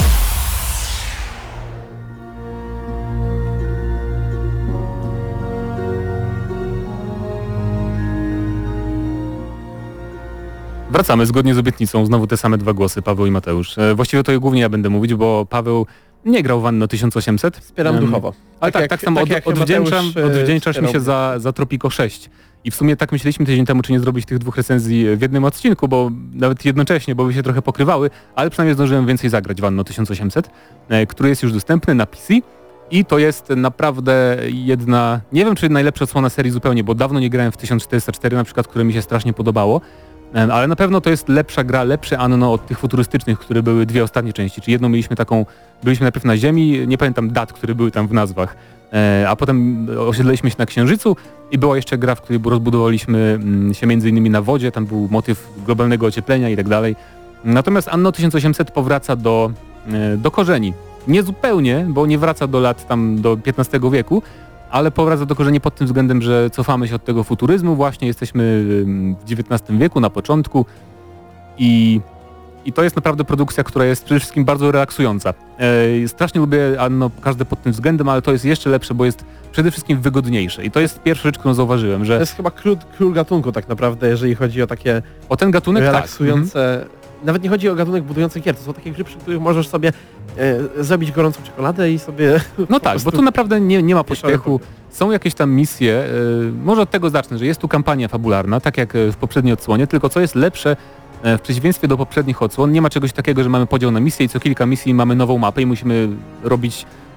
Wracamy zgodnie z obietnicą, znowu te same dwa głosy, Paweł i Mateusz. E, Właściwie to głównie ja będę mówić, bo Paweł nie grał w Anno tysiąc osiemset. Wspieram Em, duchowo. Ale tak, jak- tak samo tak od, jak odwdzięczam, Mateusz, e, odwdzięczasz mi się wspierał. za, za Tropico sześć. I w sumie tak myśleliśmy tydzień temu, czy nie zrobić tych dwóch recenzji w jednym odcinku, bo nawet jednocześnie, bo by się trochę pokrywały, ale przynajmniej zdążyłem więcej zagrać w Anno tysiąc osiemset, e, który jest już dostępny na P C. I to jest naprawdę jedna, nie wiem czy najlepsza odsłona serii zupełnie, bo dawno nie grałem w tysiąc czterysta cztery na przykład, które mi się strasznie podobało. E, Ale na pewno to jest lepsza gra, lepsze Anno od tych futurystycznych, które były dwie ostatnie części. Czyli jedną mieliśmy taką, byliśmy najpierw na Ziemi, nie pamiętam dat, które były tam w nazwach, e, a potem osiedliliśmy się na Księżycu i była jeszcze gra, w której rozbudowaliśmy mm, się między innymi na wodzie, tam był motyw globalnego ocieplenia i tak dalej. Natomiast Anno tysiąc osiemset powraca do, e, do korzeni. Nie zupełnie, bo nie wraca do lat tam do piętnastego wieku, ale powraca do korzeni pod tym względem, że cofamy się od tego futuryzmu, właśnie jesteśmy ym, w dziewiętnastym wieku, na początku i, i to jest naprawdę produkcja, która jest przede wszystkim bardzo relaksująca. E, strasznie lubię Anno każde pod tym względem, ale to jest jeszcze lepsze, bo jest przede wszystkim wygodniejsze i to jest pierwsza rzecz, którą zauważyłem, To że jest chyba król, król gatunku tak naprawdę, jeżeli chodzi o takie o ten gatunek relaksujące... tak. Mhm. Nawet nie chodzi o gatunek budujący gier, to są takie gry, przy których możesz sobie e, zrobić gorącą czekoladę i sobie... No tak, bo tu naprawdę nie, nie ma Wieczorem pośpiechu. Są jakieś tam misje, y, może od tego zacznę, że jest tu kampania fabularna, tak jak w poprzedniej odsłonie, tylko co jest lepsze, y, w przeciwieństwie do poprzednich odsłon, nie ma czegoś takiego, że mamy podział na misje i co kilka misji mamy nową mapę i musimy robić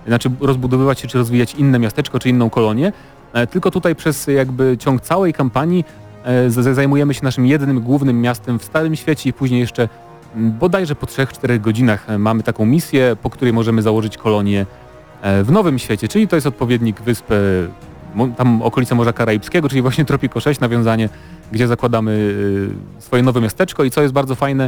znaczy rozbudowywać się, czy rozwijać inne miasteczko, czy inną kolonię, e, tylko tutaj przez jakby ciąg całej kampanii e, z, zajmujemy się naszym jednym głównym miastem w Starym Świecie i później jeszcze m, bodajże po trzech czterech godzinach e, mamy taką misję, po której możemy założyć kolonię e, w Nowym Świecie, czyli to jest odpowiednik wysp, e, mo, tam okolice Morza Karaibskiego, czyli właśnie Tropico sześć nawiązanie, gdzie zakładamy e, swoje nowe miasteczko i co jest bardzo fajne,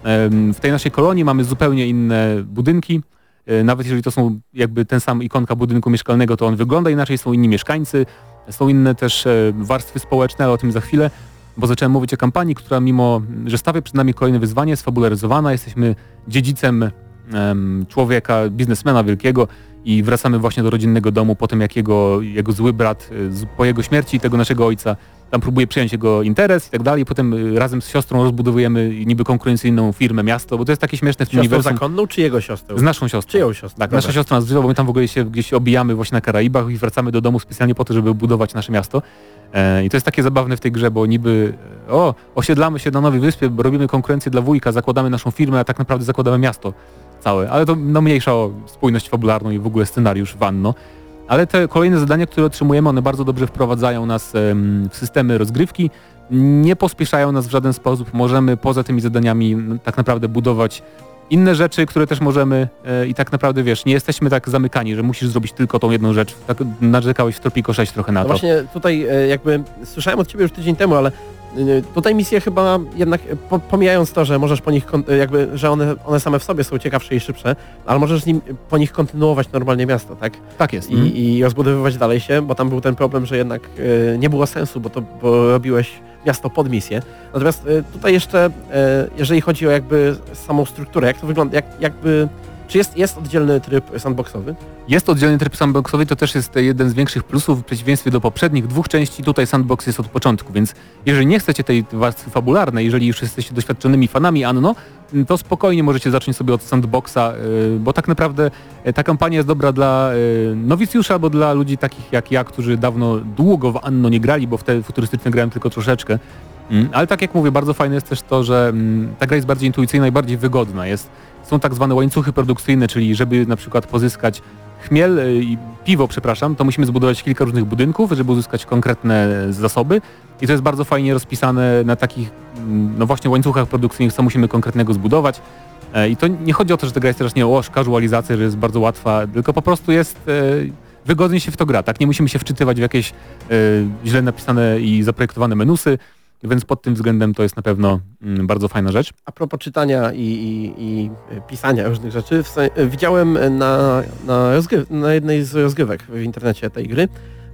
w tej naszej kolonii mamy zupełnie inne budynki, nawet jeżeli to są jakby ten sam ikonka budynku mieszkalnego, to on wygląda inaczej, są inni mieszkańcy, są inne też warstwy społeczne, ale o tym za chwilę, bo zacząłem mówić o kampanii, która mimo, że stawia przed nami kolejne wyzwanie, jest fabularyzowana, jesteśmy dziedzicem um, człowieka, biznesmena wielkiego i wracamy właśnie do rodzinnego domu po tym, jak jego, jego zły brat po jego śmierci tego naszego ojca tam próbuje przyjąć jego interes i tak dalej. Potem razem z siostrą rozbudowujemy niby konkurencyjną firmę, miasto, bo to jest takie śmieszne w tym uniwersum. uniwersum. Zakonną czy jego siostrą? Z naszą siostrą. Czyją siostrą? Tak, Dobra. nasza siostra nas wzywa, bo my tam w ogóle się gdzieś obijamy właśnie na Karaibach i wracamy do domu specjalnie po to, żeby budować nasze miasto. E, I to jest takie zabawne w tej grze, bo niby o, osiedlamy się na nowej wyspie, robimy konkurencję dla wujka, zakładamy naszą firmę, a tak naprawdę zakładamy miasto całe. Ale to no, mniejsza o spójność fabularną i w ogóle scenariusz Wanno. Ale te kolejne zadania, które otrzymujemy, one bardzo dobrze wprowadzają nas em, w systemy rozgrywki, nie pospieszają nas w żaden sposób, możemy poza tymi zadaniami no, tak naprawdę budować inne rzeczy, które też możemy e, i tak naprawdę wiesz, nie jesteśmy tak zamykani, że musisz zrobić tylko tą jedną rzecz. Tak narzekałeś w Tropico sześć trochę na No to. właśnie tutaj e, jakby słyszałem od ciebie już tydzień temu, ale e, tutaj misje chyba jednak e, po, pomijając to, że możesz po nich kon- e, jakby, że one, one same w sobie są ciekawsze i szybsze, ale możesz z nim, po nich kontynuować normalnie miasto, tak? Tak jest. I, Mhm. i rozbudowywać dalej się, bo tam był ten problem, że jednak e, nie było sensu, bo to bo robiłeś miasto pod misję. Natomiast e, tutaj jeszcze, e, jeżeli chodzi o jakby samą strukturę, jak to wygląda, jak, jakby, czy jest, jest oddzielny tryb sandboxowy? Jest oddzielny tryb sandboxowy, to też jest jeden z większych plusów w przeciwieństwie do poprzednich dwóch części. Tutaj sandbox jest od początku, więc jeżeli nie chcecie tej warstwy fabularnej, jeżeli już jesteście doświadczonymi fanami Anno, to spokojnie możecie zacząć sobie od sandboxa, bo tak naprawdę ta kampania jest dobra dla nowicjuszy albo dla ludzi takich jak ja, którzy dawno, długo w Anno nie grali, bo w te futurystyczne grałem tylko troszeczkę. Ale tak jak mówię, bardzo fajne jest też to, że ta gra jest bardziej intuicyjna i bardziej wygodna. Jest, są tak zwane łańcuchy produkcyjne, czyli żeby na przykład pozyskać chmiel i piwo, przepraszam, to musimy zbudować kilka różnych budynków, żeby uzyskać konkretne zasoby i to jest bardzo fajnie rozpisane na takich, no właśnie łańcuchach produkcyjnych, co musimy konkretnego zbudować. I to nie chodzi o to, że ta gra jest strasznie o casualizację, że jest bardzo łatwa, tylko po prostu jest wygodnie się w to gra, tak? Nie musimy się wczytywać w jakieś źle napisane i zaprojektowane menusy, więc pod tym względem to jest na pewno bardzo fajna rzecz. A propos czytania i, i, i pisania różnych rzeczy, w sen, widziałem na, na, rozgry, na jednej z rozgrywek w internecie tej gry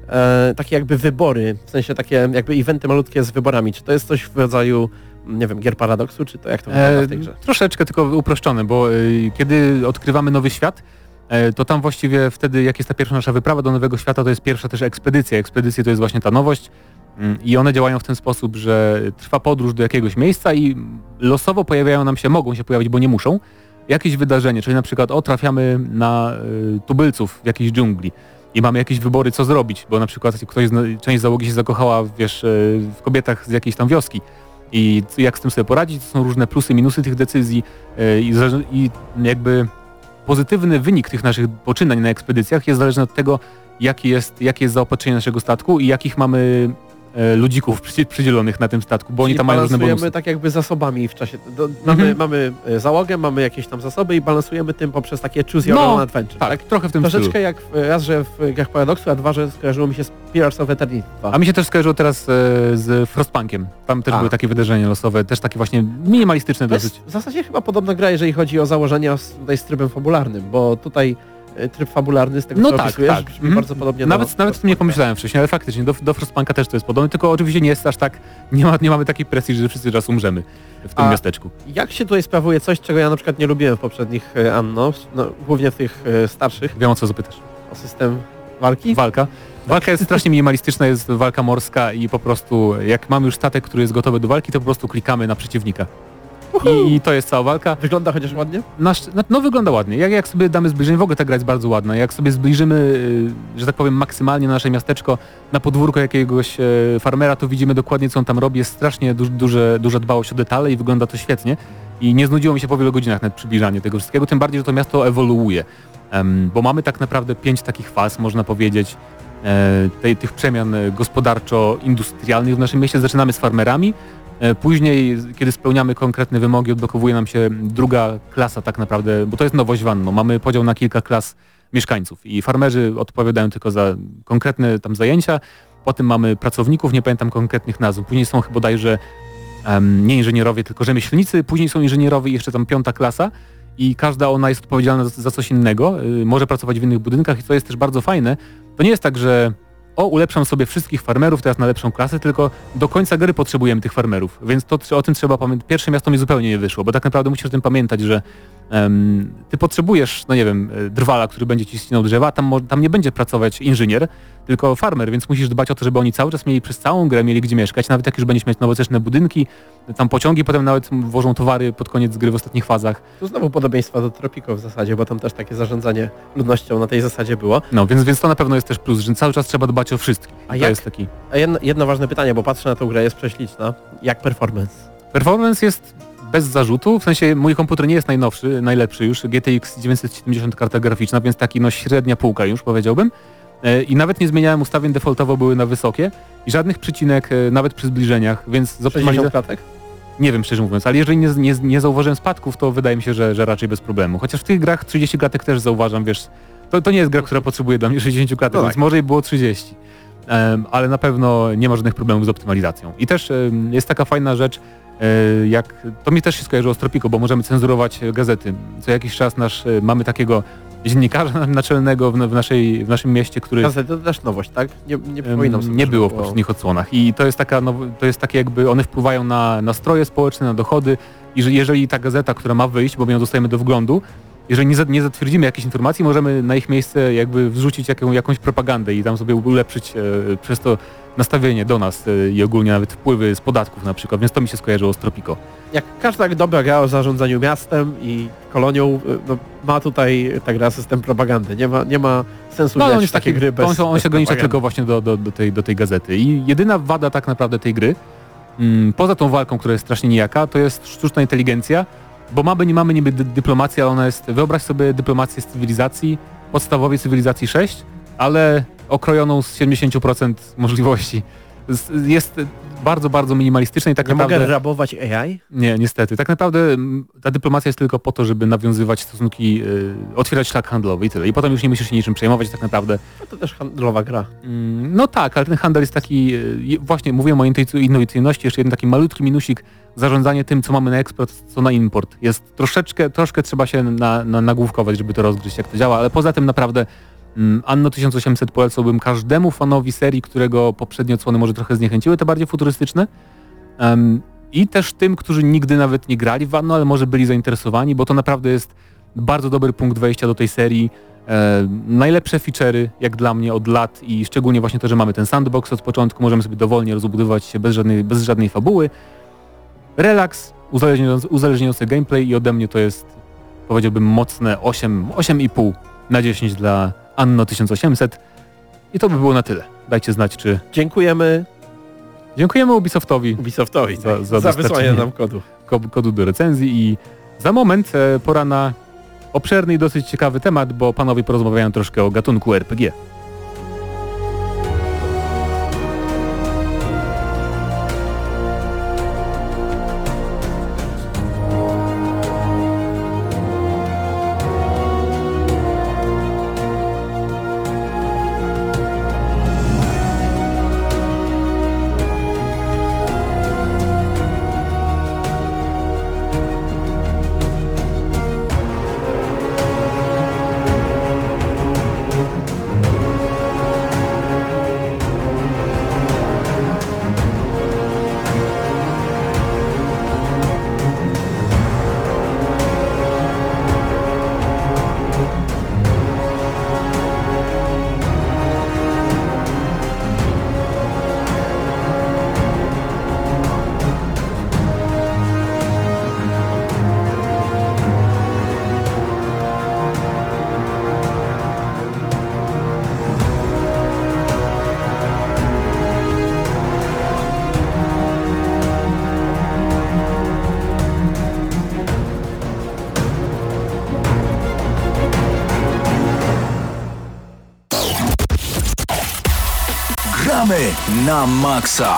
e, takie jakby wybory, w sensie takie jakby eventy malutkie z wyborami. Czy to jest coś w rodzaju, nie wiem, gier paradoksu, czy to jak to wygląda w tej grze? E, troszeczkę tylko uproszczone, bo e, kiedy odkrywamy nowy świat, e, to tam właściwie wtedy, jak jest ta pierwsza nasza wyprawa do nowego świata, to jest pierwsza też ekspedycja. Ekspedycje to jest właśnie ta nowość. I one działają w ten sposób, że trwa podróż do jakiegoś miejsca i losowo pojawiają nam się, mogą się pojawić, bo nie muszą, jakieś wydarzenie, czyli na przykład o, trafiamy na y, tubylców w jakiejś dżungli i mamy jakieś wybory, co zrobić, bo na przykład ktoś, część załogi się zakochała, wiesz, y, w kobietach z jakiejś tam wioski i jak z tym sobie poradzić, to są różne plusy, minusy tych decyzji y, i, i jakby pozytywny wynik tych naszych poczynań na ekspedycjach jest zależny od tego, jaki jest, jakie jest zaopatrzenie naszego statku i jakich mamy ludzików przydzielonych na tym statku, bo Czyli oni tam mają różne bonusy. balansujemy tak jakby zasobami w czasie. Do, mamy, Mhm. mamy załogę, mamy jakieś tam zasoby i balansujemy tym poprzez takie choose your No, own adventure, Tak, tak? trochę w tym Troszeczkę stylu. jak w, raz, że w grach Paradoksu, a dwa, że skojarzyło mi się z Pillars of Eternity dwa. A mi się też skojarzyło teraz e, z Frostpunkiem. Tam też A. były takie wydarzenia losowe, też takie właśnie minimalistyczne To jest dosyć. w zasadzie chyba podobna gra, jeżeli chodzi o założenia z, tutaj z trybem fabularnym, bo tutaj e, tryb fabularny z tego, No co tak, opisujesz, tak. brzmi Mhm. bardzo podobnie Nawet, do... nawet o tym nie pomyślałem wcześniej, ale faktycznie do, do Frostpunka też to jest podobne, tylko oczywiście nie jest aż tak, nie, ma, nie mamy takiej presji, że wszyscy raz umrzemy w tym A- miasteczku. Jak się tutaj sprawuje coś, czego ja na przykład nie lubiłem w poprzednich e, Anno, no, głównie w tych e, starszych, Wiem, o co zapytasz. o system walki? Walka. Walka jest strasznie minimalistyczna, jest walka morska i po prostu jak mamy już statek, który jest gotowy do walki, to po prostu klikamy na przeciwnika. I, i to jest cała walka. Wygląda chociaż ładnie? Nasz, no, no wygląda ładnie. Jak, jak sobie damy zbliżenie, w ogóle ta gra jest bardzo ładna. Jak sobie zbliżymy, y, że tak powiem, maksymalnie nasze miasteczko na podwórko jakiegoś e, farmera, to widzimy dokładnie, co on tam robi. Jest strasznie duż, duże, duża dbałość o detale i wygląda to świetnie. I nie znudziło mi się po wielu godzinach nawet przybliżanie tego wszystkiego, tym bardziej, że to miasto ewoluuje. Um, bo mamy tak naprawdę pięć takich faz, można powiedzieć, e, tej, tych przemian gospodarczo-industrialnych w naszym mieście. Zaczynamy z farmerami, e, później, kiedy spełniamy konkretne wymogi, odblokowuje nam się druga klasa tak naprawdę, bo to jest nowość Wanno. Mamy podział na kilka klas mieszkańców i farmerzy odpowiadają tylko za konkretne tam zajęcia, potem mamy pracowników, nie pamiętam konkretnych nazw, później są chyba bodajże um, nie inżynierowie, tylko rzemieślnicy, później są inżynierowie i jeszcze tam piąta klasa i każda ona jest odpowiedzialna za, za coś innego, y, może pracować w innych budynkach i co jest też bardzo fajne, to nie jest tak, że o, ulepszam sobie wszystkich farmerów teraz na lepszą klasę, tylko do końca gry potrzebujemy tych farmerów, więc to o tym trzeba pamiętać. Pierwsze miasto mi zupełnie nie wyszło, bo tak naprawdę musisz o tym pamiętać, że um, ty potrzebujesz, no nie wiem, drwala, który będzie ci ścinał drzewa, tam, tam nie będzie pracować inżynier, tylko farmer, więc musisz dbać o to, żeby oni cały czas mieli przez całą grę, mieli gdzie mieszkać, nawet jak już będziesz mieć nowoczesne budynki, tam pociągi, potem nawet włożą towary pod koniec gry w ostatnich fazach. Tu znowu podobieństwa do Tropico w zasadzie, bo tam też takie zarządzanie ludnością na tej zasadzie było. No, więc, więc to na pewno jest też plus, że cały czas trzeba dbać o wszystkich. A to jak? jest taki... A jedno, jedno ważne pytanie, bo patrzę na tą grę, jest prześliczna. Jak performance? Performance jest bez zarzutu, w sensie mój komputer nie jest najnowszy, najlepszy już, G T X dziewięćset siedemdziesiąt karta graficzna, więc taki no średnia półka już powiedziałbym. I nawet nie zmieniałem ustawień, defaultowo były na wysokie i żadnych przycinek, nawet przy zbliżeniach, więc sześćdziesiąt klatek? Nie wiem szczerze mówiąc, ale jeżeli nie, nie, nie zauważyłem spadków, to wydaje mi się, że, że raczej bez problemu. Chociaż w tych grach trzydzieści klatek też zauważam, wiesz, to, to nie jest gra, która potrzebuje dla mnie sześćdziesiąt klatek, no tak. Więc może i było trzydzieści. Um, ale na pewno nie ma żadnych problemów z optymalizacją. I też um, jest taka fajna rzecz, um, jak, to mi też się skojarzyło z Tropico, bo możemy cenzurować gazety. Co jakiś czas nasz, um, mamy takiego dziennikarza naczelnego w, w, naszej, w naszym mieście, który... Gazety to też nowość, tak? Nie, nie przypominam sobie. Nie było w poprzednich odsłonach i to jest taka, no, to jest takie jakby, one wpływają na nastroje społeczne, na dochody i że jeżeli ta gazeta, która ma wyjść, bo my ją dostajemy do wglądu, jeżeli nie, nie zatwierdzimy jakiejś informacji, możemy na ich miejsce jakby wrzucić jaką, jakąś propagandę i tam sobie ulepszyć e, przez to nastawienie do nas e, i ogólnie nawet wpływy z podatków na przykład, więc to mi się skojarzyło z Tropico. Jak każda dobra gra o zarządzaniu miastem i kolonią, no, ma tutaj ta gra system propagandy. Nie ma, nie ma sensu no, grać on w takie taki, gry bez On, on bez się ogranicza propagandy. tylko właśnie do, do, do, tej, do tej gazety i jedyna wada tak naprawdę tej gry, mm, poza tą walką, która jest strasznie nijaka, to jest sztuczna inteligencja, bo mamy, nie mamy niby dy dyplomację, ale ona jest, wyobraź sobie dyplomację z cywilizacji, podstawowej cywilizacji sześć, ale okrojoną z siedemdziesiąt procent możliwości. Jest bardzo, bardzo minimalistyczna i tak nie naprawdę... mogę rabować A I? Nie, niestety. Tak naprawdę ta dyplomacja jest tylko po to, żeby nawiązywać stosunki, yy, otwierać szlak handlowy i tyle. I potem już nie musisz się niczym przejmować tak naprawdę. No to też handlowa gra. Mm, no tak, ale ten handel jest taki, yy, właśnie mówiłem o intuicyjności, jeszcze jeden taki malutki minusik, zarządzanie tym, co mamy na eksport, co na import. Jest troszeczkę, troszkę trzeba się na, na, nagłówkować, żeby to rozgryźć, jak to działa, ale poza tym naprawdę mm, Anno tysiąc osiemset polecałbym każdemu fanowi serii, którego poprzednie odsłony może trochę zniechęciły, te bardziej futurystyczne. Um, I też tym, którzy nigdy nawet nie grali w Anno, ale może byli zainteresowani, bo to naprawdę jest bardzo dobry punkt wejścia do tej serii. E, najlepsze feature'y, jak dla mnie, od lat i szczególnie właśnie to, że mamy ten sandbox od początku, możemy sobie dowolnie rozbudowywać się bez żadnej, bez żadnej fabuły. Relaks, uzależniający, uzależniający gameplay i ode mnie to jest, powiedziałbym, mocne osiem, osiem i pół na dziesięć dla Anno tysiąc osiemset. I to by było na tyle. Dajcie znać, czy... Dziękujemy Dziękujemy Ubisoftowi. Ubisoftowi za, za, za za wysłanie nam kodu. kodu do recenzji i za moment e, pora na obszerny i dosyć ciekawy temat, bo panowie porozmawiają troszkę o gatunku R P G. Gramy na maksa.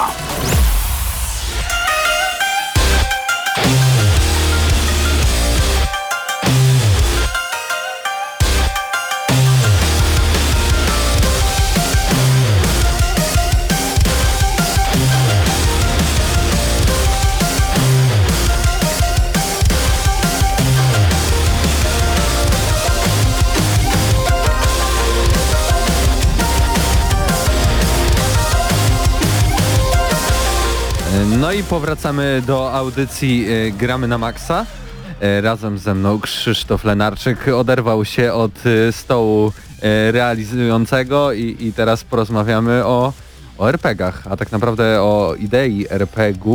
No i powracamy do audycji e, Gramy na Maxa. E, razem ze mną Krzysztof Lenarczyk oderwał się od e, stołu e, realizującego i, i teraz porozmawiamy o, o er pe gach, a tak naprawdę o idei er pe gu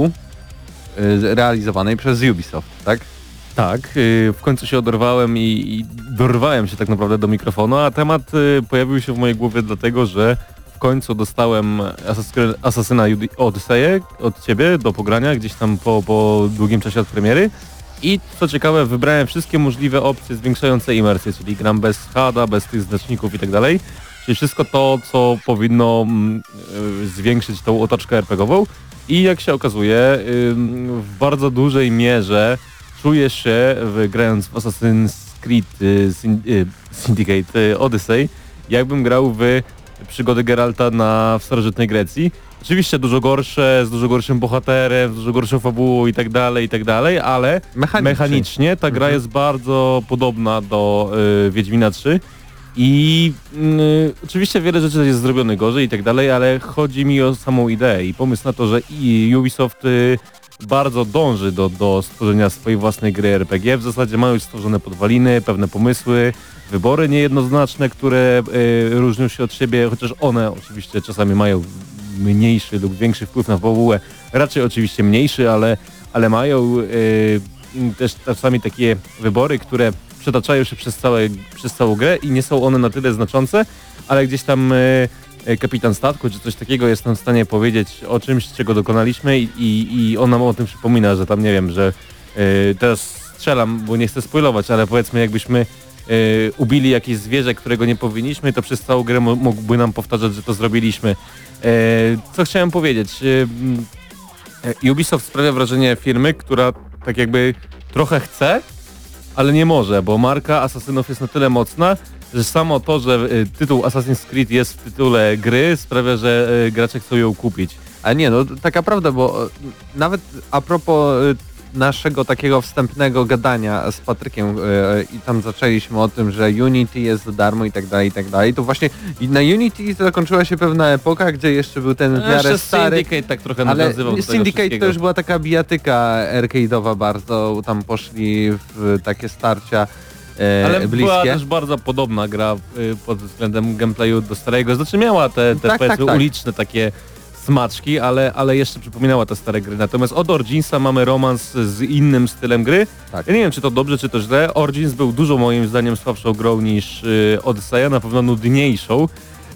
e, realizowanej przez Ubisoft, tak? Tak, y, w końcu się oderwałem i, i dorwałem się tak naprawdę do mikrofonu, a temat y, pojawił się w mojej głowie dlatego, że w końcu dostałem Asas- Asasyna Odyseję od ciebie do pogrania gdzieś tam po, po długim czasie od premiery i co ciekawe wybrałem wszystkie możliwe opcje zwiększające imersję, czyli gram bez hada, bez tych znaczników i tak dalej, czyli wszystko to, co powinno mm, y, zwiększyć tą otoczkę er pe gową i jak się okazuje y, w bardzo dużej mierze czuję się, w, grając w Assassin's Creed y, y, Syndicate y, Odyssey, jakbym grał w przygody Geralta na, w starożytnej Grecji. Oczywiście dużo gorsze, z dużo gorszym bohaterem, z dużo gorszą fabułą i tak dalej, i tak dalej, ale Mechanicznie, mechanicznie ta gra mhm. jest bardzo podobna do y, Wiedźmina trzy i y, oczywiście wiele rzeczy jest zrobione gorzej i tak dalej, ale chodzi mi o samą ideę i pomysł na to, że i Ubisoft y, bardzo dąży do, do stworzenia swojej własnej gry er pe gie. W zasadzie mają już stworzone podwaliny, pewne pomysły, wybory niejednoznaczne, które y, różnią się od siebie, chociaż one oczywiście czasami mają mniejszy lub większy wpływ na fabułę. Raczej oczywiście mniejszy, ale, ale mają y, też czasami takie wybory, które przetaczają się przez, całe, przez całą grę i nie są one na tyle znaczące, ale gdzieś tam y, kapitan statku czy coś takiego jest nam w stanie powiedzieć o czymś, czego dokonaliśmy i, i, i on nam o tym przypomina, że tam nie wiem, że y, teraz strzelam, bo nie chcę spoilować, ale powiedzmy jakbyśmy y, ubili jakieś zwierzę, którego nie powinniśmy, to przez całą grę mógłby nam powtarzać, że to zrobiliśmy. Y, co chciałem powiedzieć? Y, y, Ubisoft sprawia wrażenie firmy, która tak jakby trochę chce, ale nie może, bo marka Asasynów jest na tyle mocna, że samo to, że y, tytuł Assassin's Creed jest w tytule gry sprawia, że y, gracze chcą ją kupić. A nie, no taka prawda, bo nawet a propos naszego takiego wstępnego gadania z Patrykiem yy, i tam zaczęliśmy o tym, że Unity jest za darmo i tak dalej, i tak dalej, to właśnie na Unity zakończyła się pewna epoka, gdzie jeszcze był ten w miarę Jeszcze stary... Syndicate tak trochę Ale nawiązywał do tego Syndicate to już była taka bijatyka arcade'owa bardzo, tam poszli w takie starcia e, Ale bliskie. była też bardzo podobna gra y, pod względem gameplayu do starego, znaczy miała te, te Tak, powiedzmy tak, tak. uliczne takie smaczki, ale, ale jeszcze przypominała te stare gry. Natomiast od Originsa mamy romans z innym stylem gry. Tak. Ja nie wiem, czy to dobrze, czy to źle. Origins był dużo moim zdaniem słabszą grą niż y, Odyseja, na pewno nudniejszą.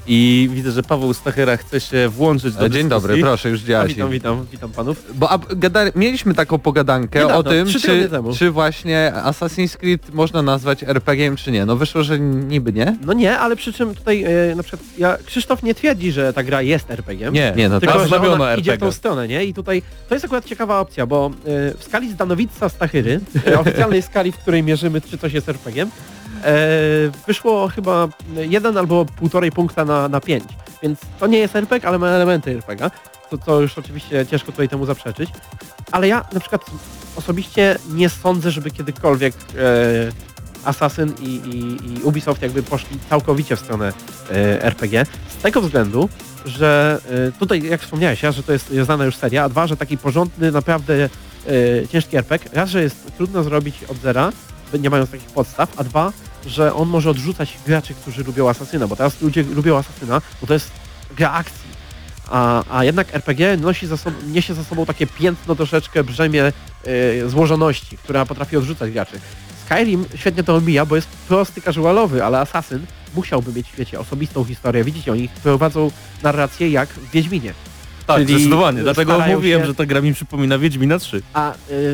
I widzę, że Paweł Stachyra chce się włączyć do E, Dzień dobry, dyskusji. proszę, już działa A, się. witam, witam, witam panów. Bo a, gada, mieliśmy taką pogadankę Niedawno, o tym, trzy tygodnie czy, temu. czy właśnie Assassin's Creed można nazwać er pe giem, czy nie. No wyszło, że niby nie. No nie, ale przy czym tutaj e, na przykład ja, Krzysztof nie twierdzi, że ta gra jest er pe giem. Nie, Nie, no Tylko, tak. że Znamiona ona idzie w tą er pe gie. stronę, nie? I tutaj to jest akurat ciekawa opcja, bo e, w skali Zdanowica Stachyry, e, oficjalnej skali, w której mierzymy, czy coś jest er pe giem, e, wyszło chyba jeden albo półtorej punkta na, na pięć. Więc to nie jest er pe gie, ale ma elementy er pe gie. To, to już oczywiście ciężko tutaj temu zaprzeczyć. Ale ja na przykład osobiście nie sądzę, żeby kiedykolwiek e, Assassin i, i, i Ubisoft jakby poszli całkowicie w stronę e, er pe gie. Z tego względu, że e, tutaj jak wspomniałeś, ja, że to jest znana już seria, a dwa, że taki porządny, naprawdę e, ciężki er pe gie, raz, że jest trudno zrobić od zera, nie mając takich podstaw, a dwa, że on może odrzucać graczy, którzy lubią Asasyna, bo teraz ludzie lubią Asasyna, bo to jest gra akcji. A, a jednak er pe gie nosi za sobą, niesie za sobą takie piętno troszeczkę brzemię e, złożoności, która potrafi odrzucać graczy. Skyrim świetnie to omija, bo jest prosty, casualowy, ale Assassin musiałby mieć w świecie osobistą historię. Widzicie, oni prowadzą narrację jak w Wiedźminie. Tak, Czyli zdecydowanie. Dlatego starają mówiłem, się- że ta gra mi przypomina Wiedźmina trzy. A y,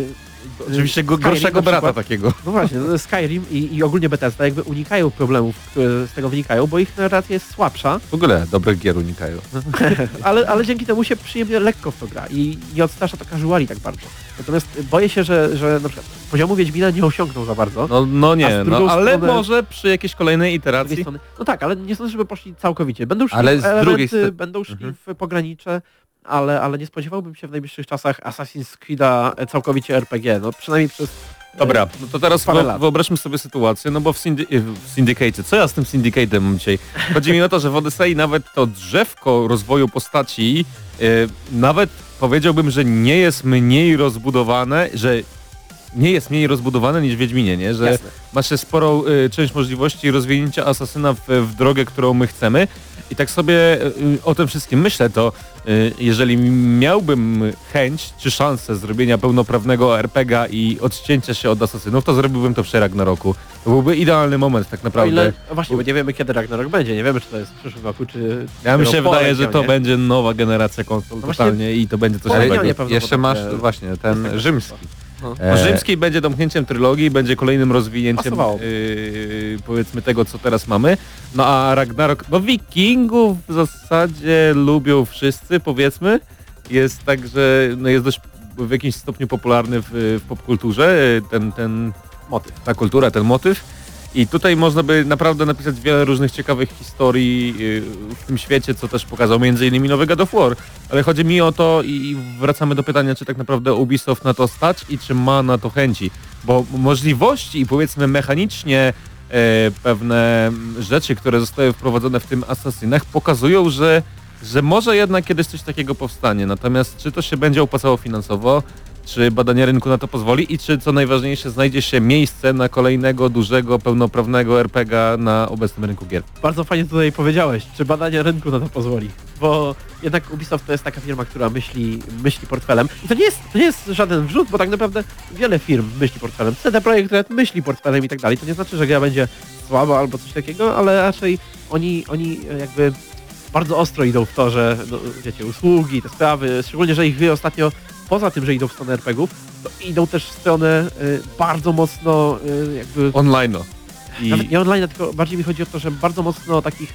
Oczywiście go, Skyrim gorszego na przykład. brata takiego. No właśnie, no Skyrim i, i ogólnie Bethesda jakby unikają problemów, które z tego wynikają, bo ich narracja jest słabsza, W ogóle dobrych gier unikają. ale, ale dzięki temu się przyjemnie lekko w to gra i nie odstrasza to casuali tak bardzo. Natomiast boję się, że, że na przykład poziomu Wiedźmina nie osiągną za bardzo. No, no A nie, z drugą no, ale stronę- może przy jakiejś kolejnej Z drugiej iteracji. strony, no tak, ale nie sądzę, żeby poszli całkowicie. Będą szli Ale w z elementy, drugiej strony- będą szli Mhm. w pogranicze, ale, ale nie spodziewałbym się w najbliższych czasach Assassin's Creed'a całkowicie R P G. No przynajmniej przez... Dobra, no to teraz Parę wyo- lat. wyobraźmy sobie sytuację, no bo w, syndy- w Syndicate, co ja z tym Syndicate'em mam dzisiaj? Chodzi mi o to, że w Odyssey nawet to drzewko rozwoju postaci, y, nawet powiedziałbym, że nie jest mniej rozbudowane, że nie jest mniej rozbudowane niż w Wiedźminie, nie? Że Jasne. masz sporą y, część możliwości rozwinięcia asasyna w, w drogę, którą my chcemy. I tak sobie y, o tym wszystkim myślę, to y, jeżeli miałbym chęć czy szansę zrobienia pełnoprawnego er pe gie a i odcięcia się od asasynów, to zrobiłbym to przy Ragnaroku. To byłby idealny moment tak O naprawdę. ile, no właśnie, bo nie wiemy kiedy Ragnarok będzie, nie wiemy czy to jest w przyszłym roku, czy... Ja mi dopiero się po wydaje, że to Legionie. będzie nowa generacja konsol No właśnie- totalnie i to będzie coś Po Ale nowego. Legionie je- prawdopodobnie jeszcze masz jest właśnie tego ten rzymski. No. E, O Rzymskiej będzie domknięciem trylogii, będzie kolejnym rozwinięciem Pasowało. yy, powiedzmy tego, co teraz mamy. No a Ragnarok, no Wikingów w zasadzie lubią wszyscy, powiedzmy. Jest tak, że no jest dość w jakimś stopniu popularny w, w popkulturze, ten, ten Motyw. ta kultura, ten motyw. I tutaj można by naprawdę napisać wiele różnych ciekawych historii yy, w tym świecie, co też pokazał między innymi nowy God of War. Ale chodzi mi o to i wracamy do pytania, czy tak naprawdę Ubisoft na to stać i czy ma na to chęci. Bo możliwości i powiedzmy mechanicznie e, pewne rzeczy, które zostały wprowadzone w tym Assassinach pokazują, że, że może jednak kiedyś coś takiego powstanie. Natomiast czy to się będzie opłacało finansowo, czy badanie rynku na to pozwoli i czy co najważniejsze znajdzie się miejsce na kolejnego dużego, pełnoprawnego er pe gie a na obecnym rynku gier. Bardzo fajnie tutaj powiedziałeś, czy badanie rynku na to pozwoli, bo jednak Ubisoft to jest taka firma, która myśli, myśli portfelem i to nie jest, to nie jest żaden wrzut, bo tak naprawdę wiele firm myśli portfelem. C D Projekt Red myśli portfelem i tak dalej. To nie znaczy, że gra będzie słaba albo coś takiego, ale raczej oni, oni jakby bardzo ostro idą w to, że no, wiecie, usługi, te sprawy, szczególnie, że ich gry ostatnio poza tym, że idą w stronę er pe gie ów, to idą też w stronę y, bardzo mocno y, jakby Online. I nawet nie online, tylko bardziej mi chodzi o to, że bardzo mocno takich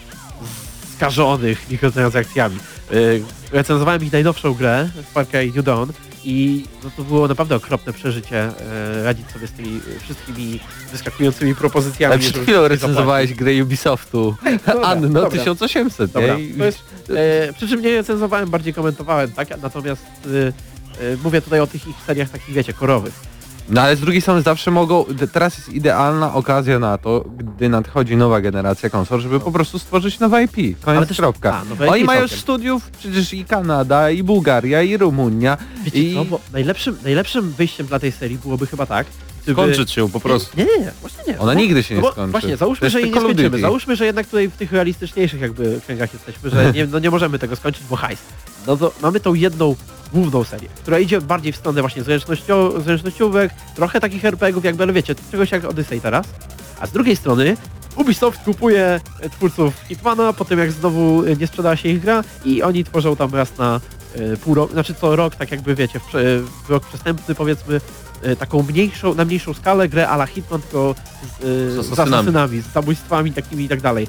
skażonych mikrotransakcjami. Yy, recenzowałem ich najnowszą grę, Far Cry New Dawn i no to było naprawdę okropne przeżycie yy, radzić sobie z tymi yy, wszystkimi wyskakującymi propozycjami. Ale przed żeby chwilą nie recenzowałeś grę Ubisoftu. Dobra, Anno dobra. tysiąc osiemset, Dobra, nie? I- to jest, yy, przy czym nie recenzowałem, bardziej komentowałem, tak? Natomiast yy, yy, mówię tutaj o tych ich seriach takich, wiecie, korowych. No ale z drugiej strony zawsze mogą, teraz jest idealna okazja na to, gdy nadchodzi nowa generacja konsol, żeby po prostu stworzyć nowe I P. Koniec, Ale też- kropka. a, nowe I P Oni mają całkiem. studiów przecież i Kanada, i Bułgaria, i Rumunia. Wiecie I co, bo najlepszym, najlepszym wyjściem dla tej serii byłoby chyba tak, gdyby... skończyć się po prostu. Nie, nie, nie, właśnie nie. Ona No bo- nigdy się nie no bo skończy. Właśnie, To załóżmy, jest że jej nie Call of skończymy. Duty. Załóżmy, że jednak tutaj w tych realistyczniejszych jakby kręgach jesteśmy, że nie, no nie możemy tego skończyć, bo hajs. No to mamy tą jedną główną serię, która idzie bardziej w stronę właśnie zręcznościo- zręcznościówek, trochę takich er pe gie ów jakby, ale wiecie, czegoś jak Odyssey teraz. A z drugiej strony Ubisoft kupuje e, twórców Hitmana, po tym jak znowu e, nie sprzedała się ich gra i oni tworzą tam raz na e, pół roku, znaczy co rok, tak jakby wiecie, w, prze- w rok przestępny powiedzmy, e, taką mniejszą, na mniejszą skalę grę a la Hitman, tylko z, e, Z z asasynami. asasynami, z zabójstwami takimi i tak dalej.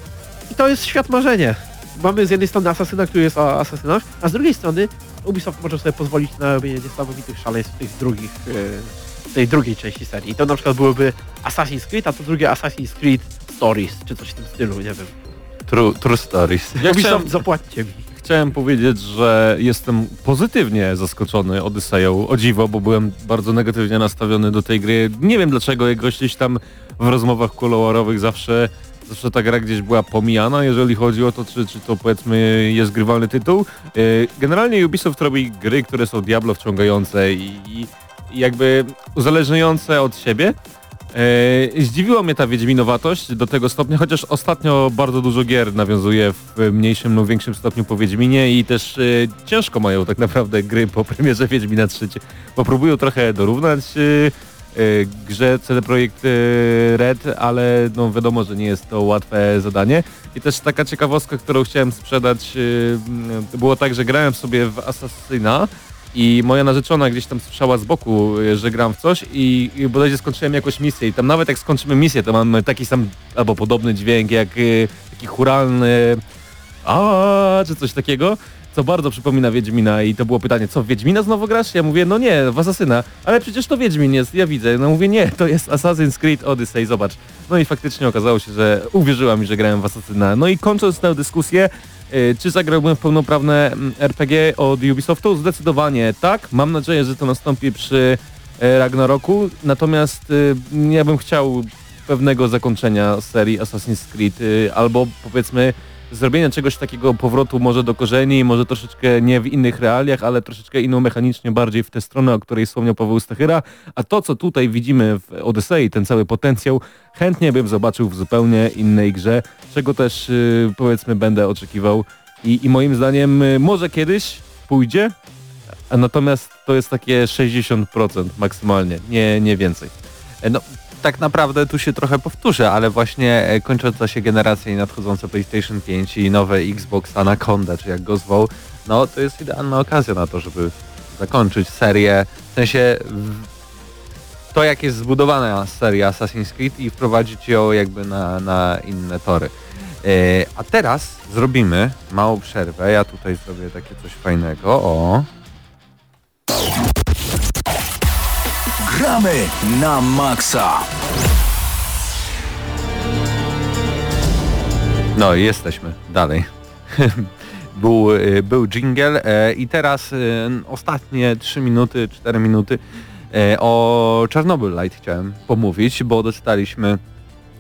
I to jest świat marzenie. Mamy z jednej strony asasyna, który jest o asasynach, a z drugiej strony Ubisoft może sobie pozwolić na robienie niesamowitych szaleństw w tych drugich, e, w tej drugiej części serii. I to na przykład byłoby Assassin's Creed, a to drugie Assassin's Creed Stories, czy coś w tym stylu, nie wiem. True, true stories. Ja Ubisoft, chciałem, zapłaćcie mi. chciałem powiedzieć, że jestem pozytywnie zaskoczony Odyseją, o dziwo, bo byłem bardzo negatywnie nastawiony do tej gry. Nie wiem dlaczego, jak gdzieś tam w rozmowach kuluarowych zawsze Zawsze ta gra gdzieś była pomijana, jeżeli chodzi o to, czy, czy to powiedzmy jest grywalny tytuł. Yy, Generalnie Ubisoft robi gry, które są Diablo wciągające i, i i jakby uzależniające od siebie. Yy, zdziwiła mnie ta wiedźminowatość do tego stopnia, chociaż ostatnio bardzo dużo gier nawiązuje w mniejszym lub większym stopniu po Wiedźminie i też yy, ciężko mają tak naprawdę gry po premierze Wiedźmina trzy, bo próbują trochę dorównać yy, grze C D Projekt Red, ale no wiadomo, że nie jest to łatwe zadanie. I też taka ciekawostka, którą chciałem sprzedać, było tak, że grałem sobie w Assassina i moja narzeczona gdzieś tam słyszała z boku, że gram w coś i, i bodajże skończyłem jakąś misję i tam nawet jak skończymy misję, to mamy taki sam albo podobny dźwięk jak y, taki churalny a czy coś takiego, co bardzo przypomina Wiedźmina i to było pytanie, co w Wiedźmina znowu grasz? Ja mówię, no nie, w Asasyna, ale przecież to Wiedźmin jest, ja widzę. No mówię, nie, to jest Assassin's Creed Odyssey, zobacz. No i faktycznie okazało się, że uwierzyła mi, że grałem w Asasyna. No i kończąc tę dyskusję, yy, czy zagrałbym w pełnoprawne R P G od Ubisoftu? Zdecydowanie tak. Mam nadzieję, że to nastąpi przy yy, Ragnaroku, natomiast yy, ja bym chciał pewnego zakończenia serii Assassin's Creed, yy, albo powiedzmy zrobienia czegoś takiego, powrotu może do korzeni, może troszeczkę nie w innych realiach, ale troszeczkę inną mechanicznie, bardziej w tę stronę, o której wspomniał Paweł Stachyra, a to, co tutaj widzimy w Odysei, ten cały potencjał, chętnie bym zobaczył w zupełnie innej grze, czego też yy, powiedzmy będę oczekiwał i, i moim zdaniem yy, może kiedyś pójdzie, a natomiast to jest takie sześćdziesiąt procent maksymalnie, nie, nie więcej. No, tak naprawdę tu się trochę powtórzę, ale właśnie e, kończąca się generacja i nadchodzące PlayStation pięć i nowe Xbox Anaconda, czy jak go zwał, no to jest idealna okazja na to, żeby zakończyć serię, w sensie w, to jak jest zbudowana seria Assassin's Creed i wprowadzić ją jakby na, na inne tory. E, a teraz zrobimy małą przerwę, ja tutaj zrobię takie coś fajnego, o... Gramy na maksa. No i jesteśmy dalej. był, był dżingiel e, i teraz e, ostatnie trzy minuty, cztery minuty e, o Chernobyl Light chciałem pomówić, bo dostaliśmy e,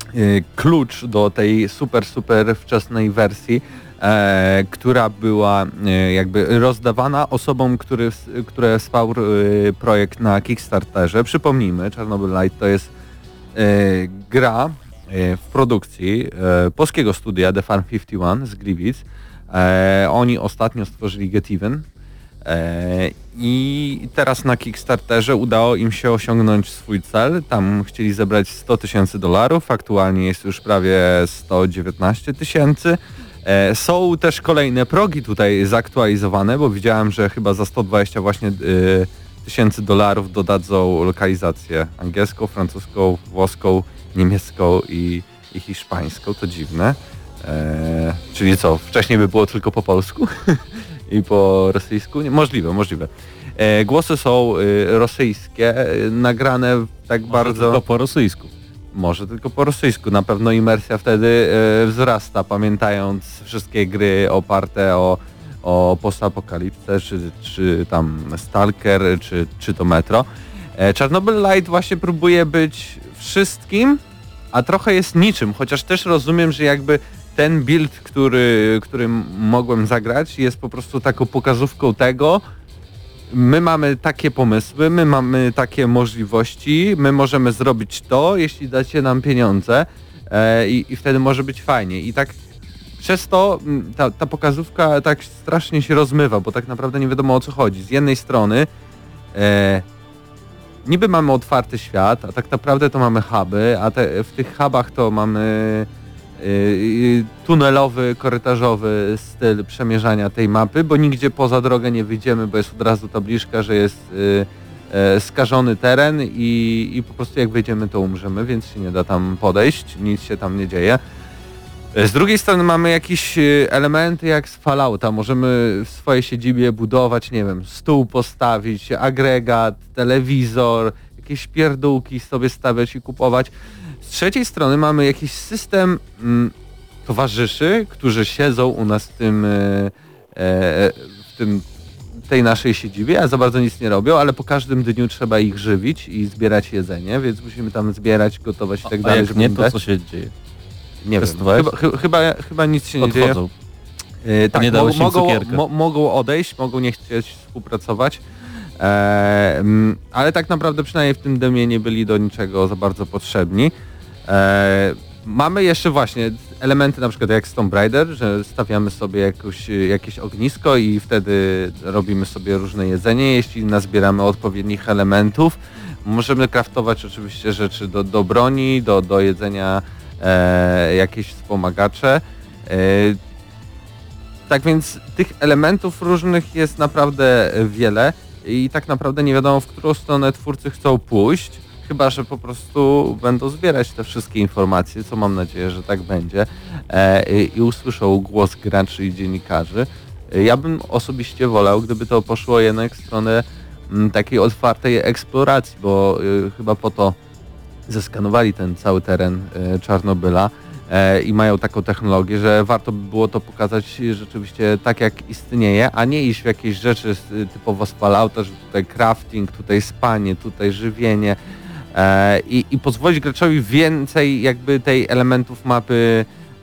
klucz do tej super, super wczesnej wersji, e, która była e, jakby rozdawana osobom, który, które wsparł e, projekt na Kickstarterze. Przypomnijmy, Chernobyl Light to jest e, gra w produkcji e, polskiego studia The Farm pięćdziesiąt jeden z Gliwic. E, oni ostatnio stworzyli Get Even e, i teraz na Kickstarterze udało im się osiągnąć swój cel. Tam chcieli zebrać sto tysięcy dolarów, aktualnie jest już prawie sto dziewiętnaście tysięcy. E, są też kolejne progi tutaj zaktualizowane, bo widziałem, że chyba za sto dwadzieścia właśnie e, tysięcy dolarów dodadzą lokalizację angielską, francuską, włoską, niemiecką i, i hiszpańską, to dziwne. Eee, czyli co, wcześniej by było tylko po polsku i po rosyjsku? Nie, możliwe, możliwe. Eee, głosy są y, rosyjskie, y, nagrane tak Może bardzo... tylko po rosyjsku. Może tylko po rosyjsku. Na pewno imersja wtedy y, wzrasta, pamiętając wszystkie gry oparte o, o postapokalipsę, czy, czy tam Stalker, czy, czy to Metro. Eee, Chernobyl Light właśnie próbuje być wszystkim, a trochę jest niczym, chociaż też rozumiem, że jakby ten build, który, który mogłem zagrać, jest po prostu taką pokazówką tego, my mamy takie pomysły, my mamy takie możliwości, my możemy zrobić to, jeśli dacie nam pieniądze e, i, i wtedy może być fajnie. I tak przez to ta, ta pokazówka tak strasznie się rozmywa, bo tak naprawdę nie wiadomo o co chodzi. Z jednej strony e, niby mamy otwarty świat, a tak naprawdę to mamy huby, a te, w tych hubach to mamy y, tunelowy, korytarzowy styl przemierzania tej mapy, bo nigdzie poza drogę nie wyjdziemy, bo jest od razu tabliczka, że jest y, y, skażony teren i, i po prostu jak wyjdziemy to umrzemy, więc się nie da tam podejść, nic się tam nie dzieje. Z drugiej strony mamy jakieś elementy jak z Fallouta, możemy w swojej siedzibie budować, nie wiem, stół postawić, agregat, telewizor, jakieś pierdółki sobie stawiać i kupować. Z trzeciej strony mamy jakiś system mm, towarzyszy, którzy siedzą u nas w tym, e, w tym tej naszej siedzibie, a za bardzo nic nie robią, ale po każdym dniu trzeba ich żywić i zbierać jedzenie, więc musimy tam zbierać, gotować i tak A dalej. jak żeby nie, im to dać. co się dzieje? Nie wiem, Testowałeś? chyba, chy- chyba, chyba nic się nie dzieje. Odchodzą. Yy, tak, nie dałeś im mogą, cukierka. mo- mogą odejść, mogą nie chcieć współpracować, e, mm, ale tak naprawdę przynajmniej w tym demie nie byli do niczego za bardzo potrzebni. E, mamy jeszcze właśnie elementy na przykład jak z Tomb Raider, że stawiamy sobie jakoś, jakieś ognisko i wtedy robimy sobie różne jedzenie, jeśli nazbieramy odpowiednich elementów. Możemy craftować oczywiście rzeczy do, do broni, do, do jedzenia, e, jakieś wspomagacze. E, tak więc tych elementów różnych jest naprawdę wiele. i tak naprawdę nie wiadomo, w którą stronę twórcy chcą pójść, chyba że po prostu będą zbierać te wszystkie informacje, co mam nadzieję, że tak będzie e, i, i usłyszą głos graczy i dziennikarzy. E, ja bym osobiście wolał, gdyby to poszło jednak w stronę m, takiej otwartej eksploracji, bo e, chyba po to zeskanowali ten cały teren e, Czarnobyla e, i mają taką technologię, że warto by było to pokazać rzeczywiście tak, jak istnieje, a nie iść w jakieś rzeczy typowo z Fallouta, że tutaj crafting, tutaj spanie, tutaj żywienie e, i, i pozwolić graczowi więcej jakby tej elementów mapy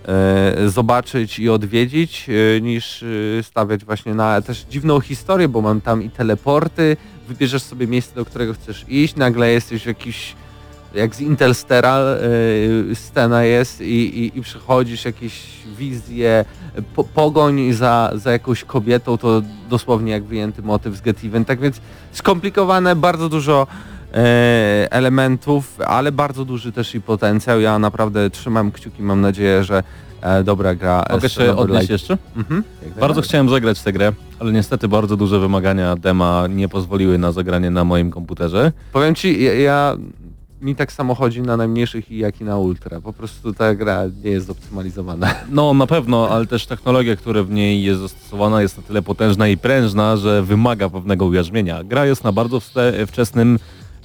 e, zobaczyć i odwiedzić, e, niż e, stawiać właśnie na też dziwną historię, bo mam tam i teleporty, wybierzesz sobie miejsce, do którego chcesz iść, nagle jesteś w jakiś jak z Interstellar yy, scena jest i, i, i przychodzisz jakieś wizje, po, pogoń za, za jakąś kobietą, to dosłownie jak wyjęty motyw z Get Even, tak więc skomplikowane, bardzo dużo yy, elementów, ale bardzo duży też i potencjał. Ja naprawdę trzymam kciuki, mam nadzieję, że e, dobra gra. Mogę się odnieść jeszcze? Mhm. Bardzo chciałem zagrać tę grę, ale niestety bardzo duże wymagania dema nie pozwoliły na zagranie na moim komputerze. Powiem ci, ja, ja mi tak samo chodzi na najmniejszych i jak i na ultra. Po prostu ta gra nie jest zoptymalizowana. No na pewno, ale też technologia, która w niej jest zastosowana, jest na tyle potężna i prężna, że wymaga pewnego ujarzmienia. Gra jest na bardzo wste- wczesnym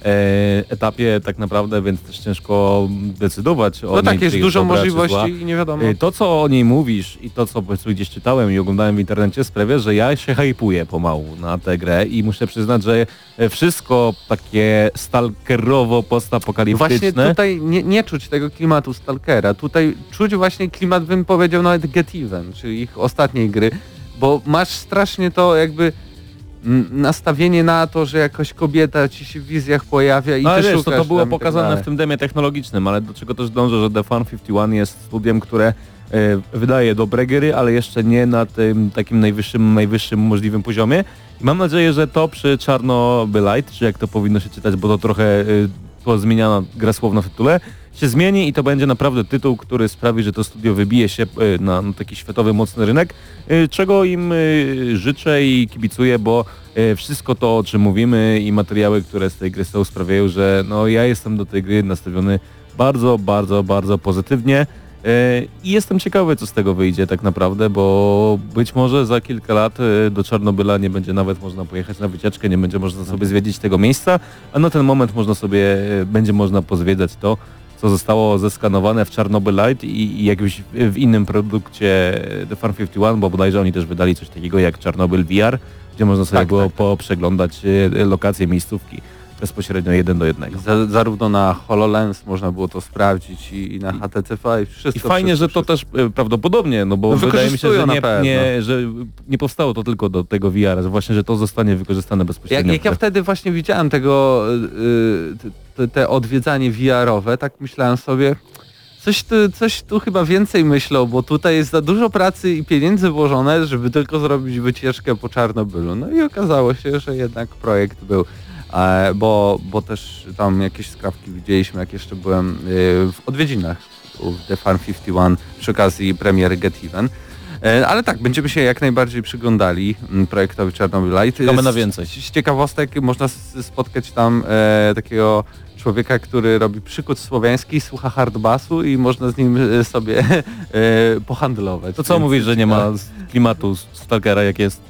e, etapie tak naprawdę, więc też ciężko decydować o No niej, tak, jest czy dużo dobra, czy możliwości zła. i nie wiadomo. E, To, co o niej mówisz i to, co powiedzmy gdzieś czytałem i oglądałem w internecie, sprawia, że ja się hypuję pomału na tę grę i muszę przyznać, że wszystko takie stalkerowo postapokaliptyczne. Właśnie tutaj nie, nie czuć tego klimatu Stalkera. Tutaj czuć właśnie klimat, bym powiedział, nawet Get Even, czyli ich ostatniej gry, bo masz strasznie to jakby mm, nastawienie na to, że jakaś kobieta ci się w wizjach pojawia i No, ale ty wiesz, szukasz to, to było tam i tak pokazane dalej. w tym demie technologicznym, ale do czego też dążę, że The Fan pięćdziesiąt jeden jest studiem, które e, wydaje dobre gry, ale jeszcze nie na tym takim najwyższym, najwyższym możliwym poziomie. I mam nadzieję, że to przy Czarnobylite, czy jak to powinno się czytać, bo to trochę e, to zmieniana gra słowna w tytule, się zmieni i to będzie naprawdę tytuł, który sprawi, że to studio wybije się e, na, na taki światowy, mocny rynek, e, czego im e, życzę i kibicuję, bo e, wszystko to, o czym mówimy i materiały, które z tej gry są, sprawiają, że no, ja jestem do tej gry nastawiony bardzo, bardzo, bardzo pozytywnie e, i jestem ciekawy, co z tego wyjdzie tak naprawdę, bo być może za kilka lat e, do Czarnobyla nie będzie nawet można pojechać na wycieczkę, nie będzie można sobie zwiedzić tego miejsca, a na ten moment można sobie, e, będzie można pozwiedzać to, co zostało zeskanowane w Czarnobylite i, i jakimś w innym produkcie The Fan pięćdziesiąt jeden, bo bodajże oni też wydali coś takiego jak Czarnobyl V R, gdzie można sobie Tak, było tak. poprzeglądać e, lokacje, miejscówki bezpośrednio jeden do jednego. Za, zarówno na HoloLens można było to sprawdzić i, i na H T C V i wszystko. I fajnie, wszystko, że to wszystko. też e, prawdopodobnie, no bo No wydaje mi się, że wykorzystują na nie, pewno. nie, że nie powstało to tylko do tego V R, że właśnie, że to zostanie wykorzystane Jak, bezpośrednio. jak ja wtedy właśnie widziałem tego, y, te, te odwiedzanie V R-owe, tak myślałem sobie, coś tu, coś tu chyba więcej myślą, bo tutaj jest za dużo pracy i pieniędzy włożone, żeby tylko zrobić wycieczkę po Czarnobylu. No i okazało się, że jednak projekt był, e, bo, bo też tam jakieś skrawki widzieliśmy, jak jeszcze byłem y, w odwiedzinach w The Farm pięćdziesiąt jeden przy okazji premiery Get Even. E, Ale tak, będziemy się jak najbardziej przyglądali m, projektowi Czarnobylite. Czekamy na Z- więcej. Z ciekawostek można s- spotkać tam e, takiego człowieka, który robi przykład słowiański, słucha hardbassu i można z nim e, sobie e, pohandlować. To co Więc- mówisz, że nie ma klimatu Stalkera jak jest?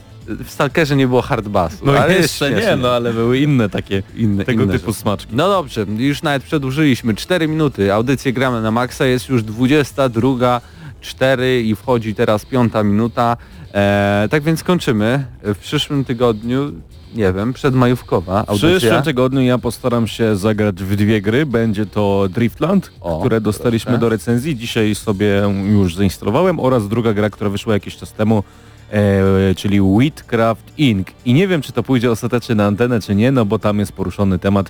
W Stalkerze nie było hardbassu. No ale jest jeszcze nie, śmiesznie. no ale były inne takie, Inne, tego inne typu rzeczy. smaczki. No dobrze, już nawet przedłużyliśmy cztery minuty. Audycję gramy na maksa, jest już dwudziesta druga cztery i wchodzi teraz piąta minuta. E, tak więc kończymy. W przyszłym tygodniu, nie wiem, przedmajówkowa W audycja. przyszłym tygodniu ja postaram się zagrać w dwie gry. Będzie to Driftland, O, które dostaliśmy proszę. do recenzji. Dzisiaj sobie już zainstalowałem oraz druga gra, która wyszła jakiś czas temu, e, czyli Wheatcraft Incorporated. I nie wiem, czy to pójdzie ostatecznie na antenę, czy nie, no bo tam jest poruszony temat,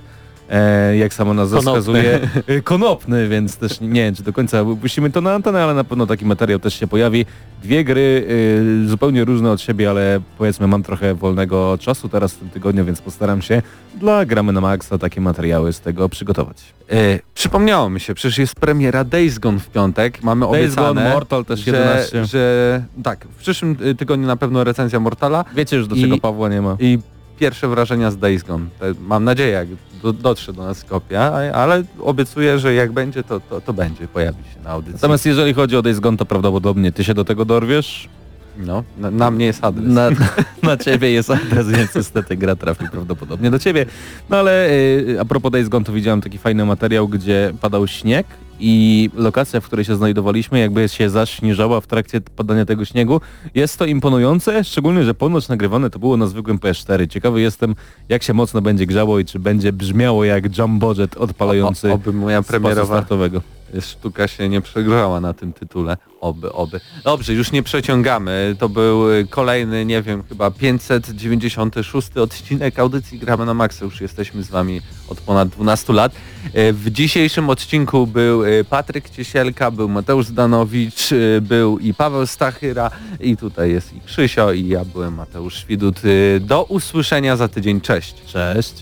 e, jak sama nazwa Konopny. wskazuje, e, konopny, więc też nie wiem, czy do końca puścimy to na antenę, ale na pewno taki materiał też się pojawi. Dwie gry e, zupełnie różne od siebie, ale powiedzmy mam trochę wolnego czasu teraz w tym tygodniu, więc postaram się dla Gramy na Maxa takie materiały z tego przygotować. E, przypomniało mi się, przecież jest premiera Days Gone w piątek, mamy Days obiecane, Gone, Mortal też że, jedenaście. że tak, w przyszłym y, tygodniu na pewno recenzja Mortala Wiecie już do I- czego Pawła nie ma. i pierwsze wrażenia z Days Gone. Te, mam nadzieję, jak do, dotrze do nas kopia, ale obiecuję, że jak będzie, to, to, to będzie, pojawi się na audycji. Natomiast jeżeli chodzi o Days Gone, to prawdopodobnie ty się do tego dorwiesz. No, na, na mnie jest adres. Na, na ciebie jest adres, więc niestety gra trafi prawdopodobnie do ciebie. No ale y, a propos Days Gone, to widziałem taki fajny materiał, gdzie padał śnieg i lokacja, w której się znajdowaliśmy, jakby się zaśnieżała w trakcie padania tego śniegu. Jest to imponujące, szczególnie, że ponoć nagrywane to było na zwykłym P S cztery. Ciekawy jestem, jak się mocno będzie grzało i czy będzie brzmiało jak Jumbojet odpalający o, oby moja z pasu premierowa startowego. sztuka się nie przegrzała na tym tytule. Oby, oby. Dobrze, już nie przeciągamy. To był kolejny, nie wiem, chyba pięćset dziewięćdziesiąty szósty odcinek audycji Gramy na Maxa. Już jesteśmy z wami od ponad dwunastu lat. W dzisiejszym odcinku był Patryk Ciesielka, był Mateusz Zdanowicz, był i Paweł Stachyra i tutaj jest i Krzysio i ja byłem Mateusz Świdut. Do usłyszenia za tydzień. Cześć. Cześć.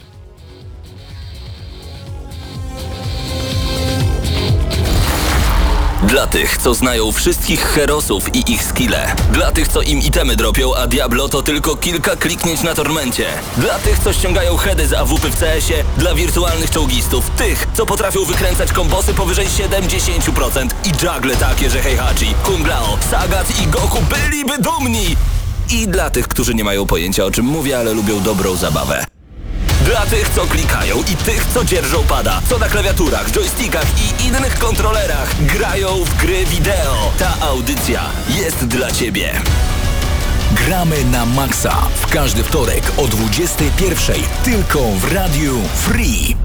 Dla tych, co znają wszystkich herosów i ich skille. Dla tych, co im itemy dropią, a Diablo to tylko kilka kliknięć na tormencie. Dla tych, co ściągają heady z A W P w C S-ie. Dla wirtualnych czołgistów. Tych, co potrafią wykręcać kombosy powyżej siedemdziesiąt procent. I juggle takie, że Heihachi, Kung Lao, Sagat i Goku byliby dumni. I dla tych, którzy nie mają pojęcia, o czym mówię, ale lubią dobrą zabawę. Dla tych, co klikają i tych, co dzierżą pada, co na klawiaturach, joystickach i innych kontrolerach grają w gry wideo. Ta audycja jest dla Ciebie. Gramy na Maxa w każdy wtorek o dwudziestej pierwszej tylko w Radiu Free.